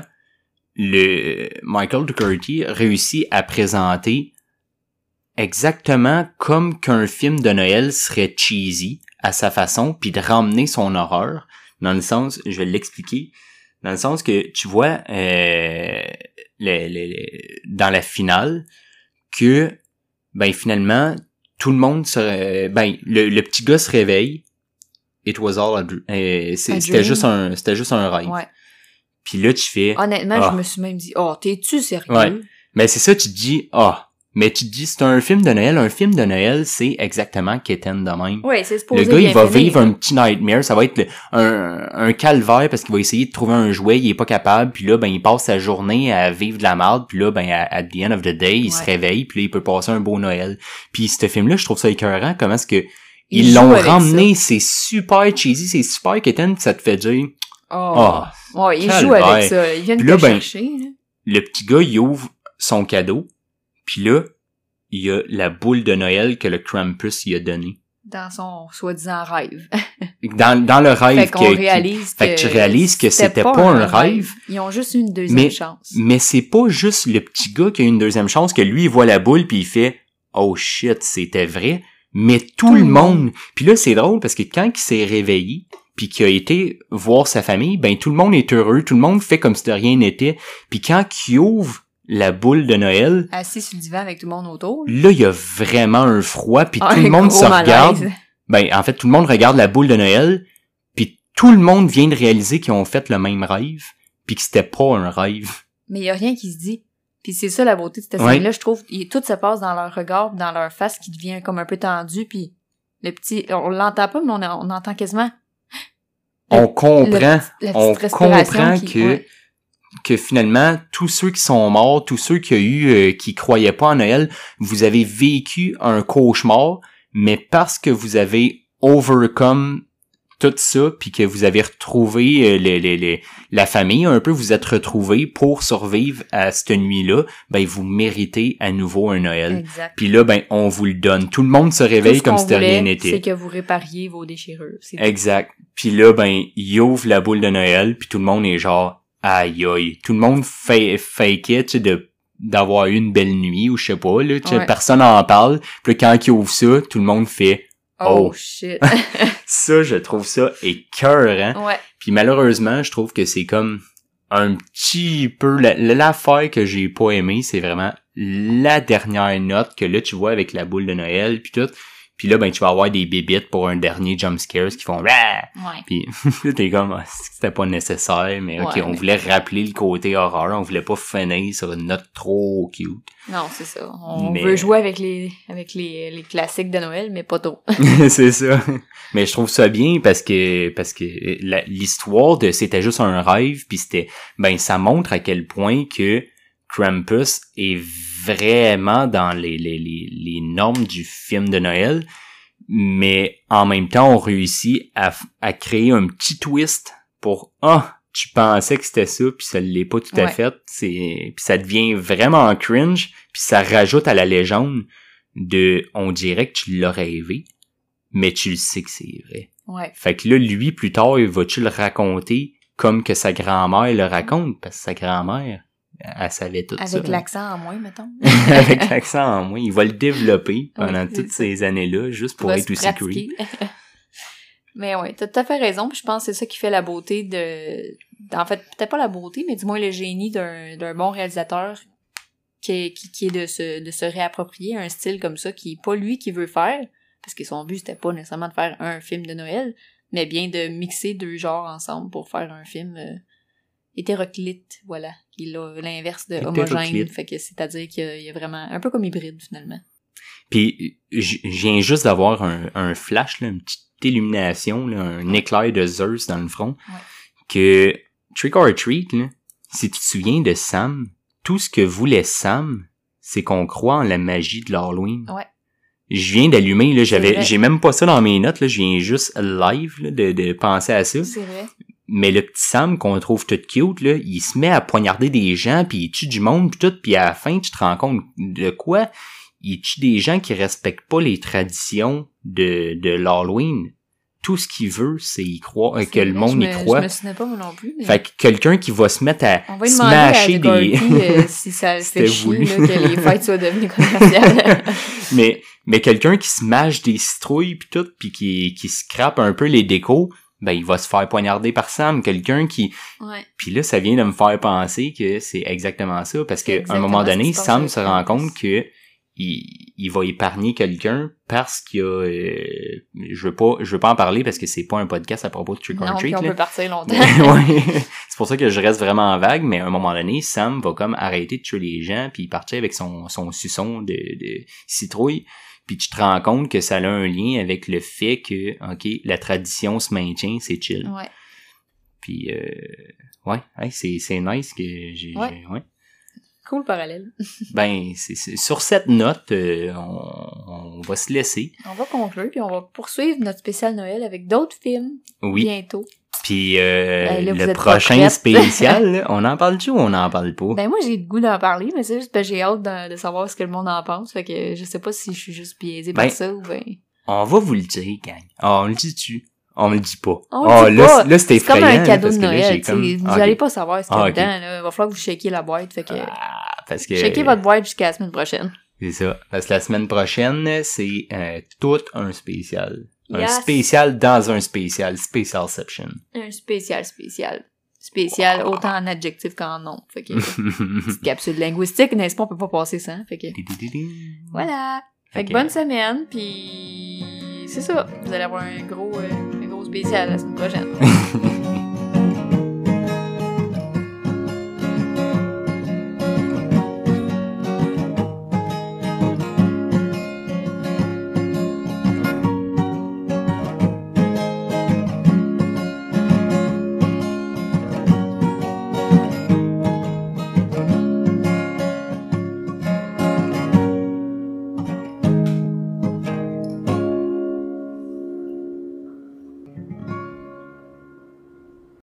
le Michael Dougherty réussit à présenter exactement comme qu'un film de Noël serait cheesy à sa façon, puis de ramener son horreur, dans le sens, je vais l'expliquer, dans le sens que tu vois euh, le, le, le, dans la finale que ben finalement tout le monde se ben le, le petit gars se réveille, it was all a dream, euh, c'est, c'était juste un c'était juste un rêve. Ouais. Puis là tu fais honnêtement, ah. je me suis même dit oh, t'es-tu sérieux? Ouais. Mais c'est ça, tu te dis ah. Mais tu te dis, c'est un film de Noël. Un film de Noël, c'est exactement quétaine de même. Oui, c'est supposé Le gars, il va finir. vivre un petit nightmare. Ça va être le, un, un calvaire parce qu'il va essayer de trouver un jouet, il est pas capable. Puis là, ben, il passe sa journée à vivre de la merde. Puis là, ben, at the end of the day, il ouais. se réveille. Puis là, il peut passer un beau Noël. Puis ce film-là, je trouve ça écœurant. Comment est-ce que ils, ils l'ont ramené. C'est super cheesy, c'est super quétaine. Puis ça te fait dire, oh, oh ouais, il joue avec ça. Il vient de te chercher. Ben, le petit gars, il ouvre son cadeau. Puis là, il y a la boule de Noël que le Krampus y a donnée. Dans son soi-disant rêve. dans, dans le rêve. Fait qu'on que, réalise que, que... Fait que tu réalises que c'était, c'était pas, pas un rêve. rêve. Ils ont juste une deuxième mais, chance. Mais c'est pas juste le petit gars qui a une deuxième chance, que lui, il voit la boule puis il fait « Oh shit, c'était vrai. » Mais tout, tout le monde... monde. Puis là, c'est drôle parce que quand il s'est réveillé puis qu'il a été voir sa famille, ben tout le monde est heureux, tout le monde fait comme si de rien n'était. Puis quand il ouvre la boule de Noël. Assis sur le divan avec tout le monde autour. Là, il y a vraiment un froid, puis ah, tout le monde se malaise. regarde. Ben, en fait, tout le monde regarde la boule de Noël, puis tout le monde vient de réaliser qu'ils ont fait le même rêve, puis que c'était pas un rêve. Mais il y a rien qui se dit. Puis c'est ça la beauté de cette scène-là, ouais. Je trouve. Tout se passe dans leur regard, dans leur face, qui devient comme un peu tendu, puis le petit... On l'entend pas, mais on, on entend quasiment... Le, on comprend. Le, on comprend qui, que... Ouais. que finalement, tous ceux qui sont morts, tous ceux qui a eu, euh, qui croyaient pas en Noël, vous avez vécu un cauchemar, mais parce que vous avez overcome tout ça, puis que vous avez retrouvé euh, les, les, les, la famille, un peu, vous êtes retrouvés pour survivre à cette nuit-là, ben vous méritez à nouveau un Noël. Exact. Puis là, ben on vous le donne. Tout le monde se réveille comme si de rien n'était. C'est que vous répariez vos déchirures. C'est exact. Puis là, ben il ouvre la boule de Noël, puis tout le monde est genre aïe aïe, tout le monde fait fake it, tu sais, de d'avoir eu une belle nuit ou je sais pas là, tu sais, ouais. Personne en parle. Puis quand il ouvre ça, tout le monde fait oh, oh shit. Ça, je trouve ça écœurant. Ouais. Puis malheureusement, je trouve que c'est comme un petit peu la, l'affaire que j'ai pas aimé, c'est vraiment la dernière note que là tu vois avec la boule de Noël puis tout. Puis là, ben, tu vas avoir des bébites pour un dernier jump scares qui font Rah! Ouais. Puis là, t'es comme, oh, c'était pas nécessaire, mais ok, ouais, on mais... voulait rappeler le côté horreur, on voulait pas finir sur une note trop cute. Non, c'est ça. On mais... veut jouer avec les, avec les, les classiques de Noël, mais pas trop. C'est ça. Mais je trouve ça bien parce que, parce que la, l'histoire de c'était juste un rêve, puis c'était, ben, ça montre à quel point que Krampus est vraiment dans les, les, les, les normes du film de Noël, mais en même temps, on réussit à, à créer un petit twist pour « Ah, tu pensais que c'était ça, puis ça l'est pas tout à ouais. fait. » C'est puis ça devient vraiment cringe, puis ça rajoute à la légende de « On dirait que tu l'as rêvé, mais tu le sais que c'est vrai. Ouais. » Fait que là, lui, plus tard, il va-tu le raconter comme que sa grand-mère le raconte, parce que sa grand-mère... elle savait tout avec ça. Avec l'accent en moins, mettons. Avec l'accent en moins. Il va le développer pendant oui, toutes ça. Ces années-là, juste pour être aussi creepy. Mais ouais, t'as tout à fait raison, puis je pense que c'est ça qui fait la beauté de... En fait, peut-être pas la beauté, mais du moins le génie d'un, d'un bon réalisateur qui est, qui, qui est de se, de se réapproprier un style comme ça, qui est pas lui qui veut faire, parce que son but c'était pas nécessairement de faire un film de Noël, mais bien de mixer deux genres ensemble pour faire un film euh, hétéroclite, voilà, qui est l'inverse de homogène, fait que c'est-à-dire qu'il y a, il y a vraiment un peu comme hybride finalement. Puis je viens juste d'avoir un, un flash, là, une petite illumination, là, un éclair de Zeus dans le front, ouais. que Trick or Treat, là, si tu te souviens de Sam, tout ce que voulait Sam, c'est qu'on croit en la magie de l'Halloween. Ouais. Je viens d'allumer, là, j'avais, j'ai même pas ça dans mes notes, là, je viens juste live, là, de, de penser à ça. C'est vrai. Mais le petit Sam qu'on trouve tout cute, là, il se met à poignarder des gens, puis il tue du monde, puis tout, puis à la fin, tu te rends compte de quoi? Il tue des gens qui respectent pas les traditions de, de l'Halloween. Tout ce qu'il veut, c'est y croire, c'est que vrai, le monde me, y croit. Je me souvenais pas moi non plus. Mais... Fait que quelqu'un qui va se mettre à On va smasher des... Euh, si ça le fait chier, là, que les fêtes soient devenues commerciales. mais, mais quelqu'un qui smash des citrouilles pis tout, pis qui, qui scrape un peu les décos, ben, il va se faire poignarder par Sam. Quelqu'un qui... Ouais. Puis là, ça vient de me faire penser que c'est exactement ça, parce qu'à un moment donné, Sam se rend compte que il, il va épargner quelqu'un parce qu'il y a... Euh, je veux pas je veux pas en parler parce que c'est pas un podcast à propos de Trick or Treat. Non, puis on là. peut partir longtemps. Ouais. C'est pour ça que je reste vraiment vague, mais à un moment donné, Sam va comme arrêter de tuer les gens puis partir avec son, son suçon de, de citrouille. Puis tu te rends compte que ça a un lien avec le fait que, OK, la tradition se maintient, c'est chill. Ouais. Puis, euh, ouais, ouais c'est, c'est nice que j'ai... Ouais. j'ai ouais. Cool parallèle. Ben, c'est, c'est sur cette note, euh, on, on va se laisser. On va conclure, puis on va poursuivre notre spécial Noël avec d'autres films oui. bientôt. Puis euh, ben, là, le prochain spécial, là, on en parle-tu ou on en parle pas? Ben moi, j'ai le goût d'en parler, mais c'est juste que j'ai hâte de, de savoir ce que le monde en pense. Fait que je sais pas si je suis juste biaisée ben, par ça ou ben... On va vous le dire, gang. Ah, on le dit-tu? On me le dit pas. On oh, le dit là, pas. là, c'est effrayant. C'est comme un cadeau de là, Noël, comme... Vous ah, allez okay. pas savoir ce qu'il y a ah, dedans, okay. là. Il va falloir que vous shakiez la boîte, fait que... Ah, parce que... Shakez votre boîte jusqu'à la semaine prochaine. C'est ça. Parce que la semaine prochaine, c'est euh, tout un spécial. Yes. Un spécial dans un spécial. Spécialception. Un spécial spécial. Spécial, oh. Autant en adjectif qu'en nom. Fait que... petite capsule linguistique, n'est-ce pas? On peut pas passer ça. Fait que... Voilà. Fait que bonne semaine, puis c'est ça. Vous allez avoir un gros, euh, un gros spécial la semaine prochaine.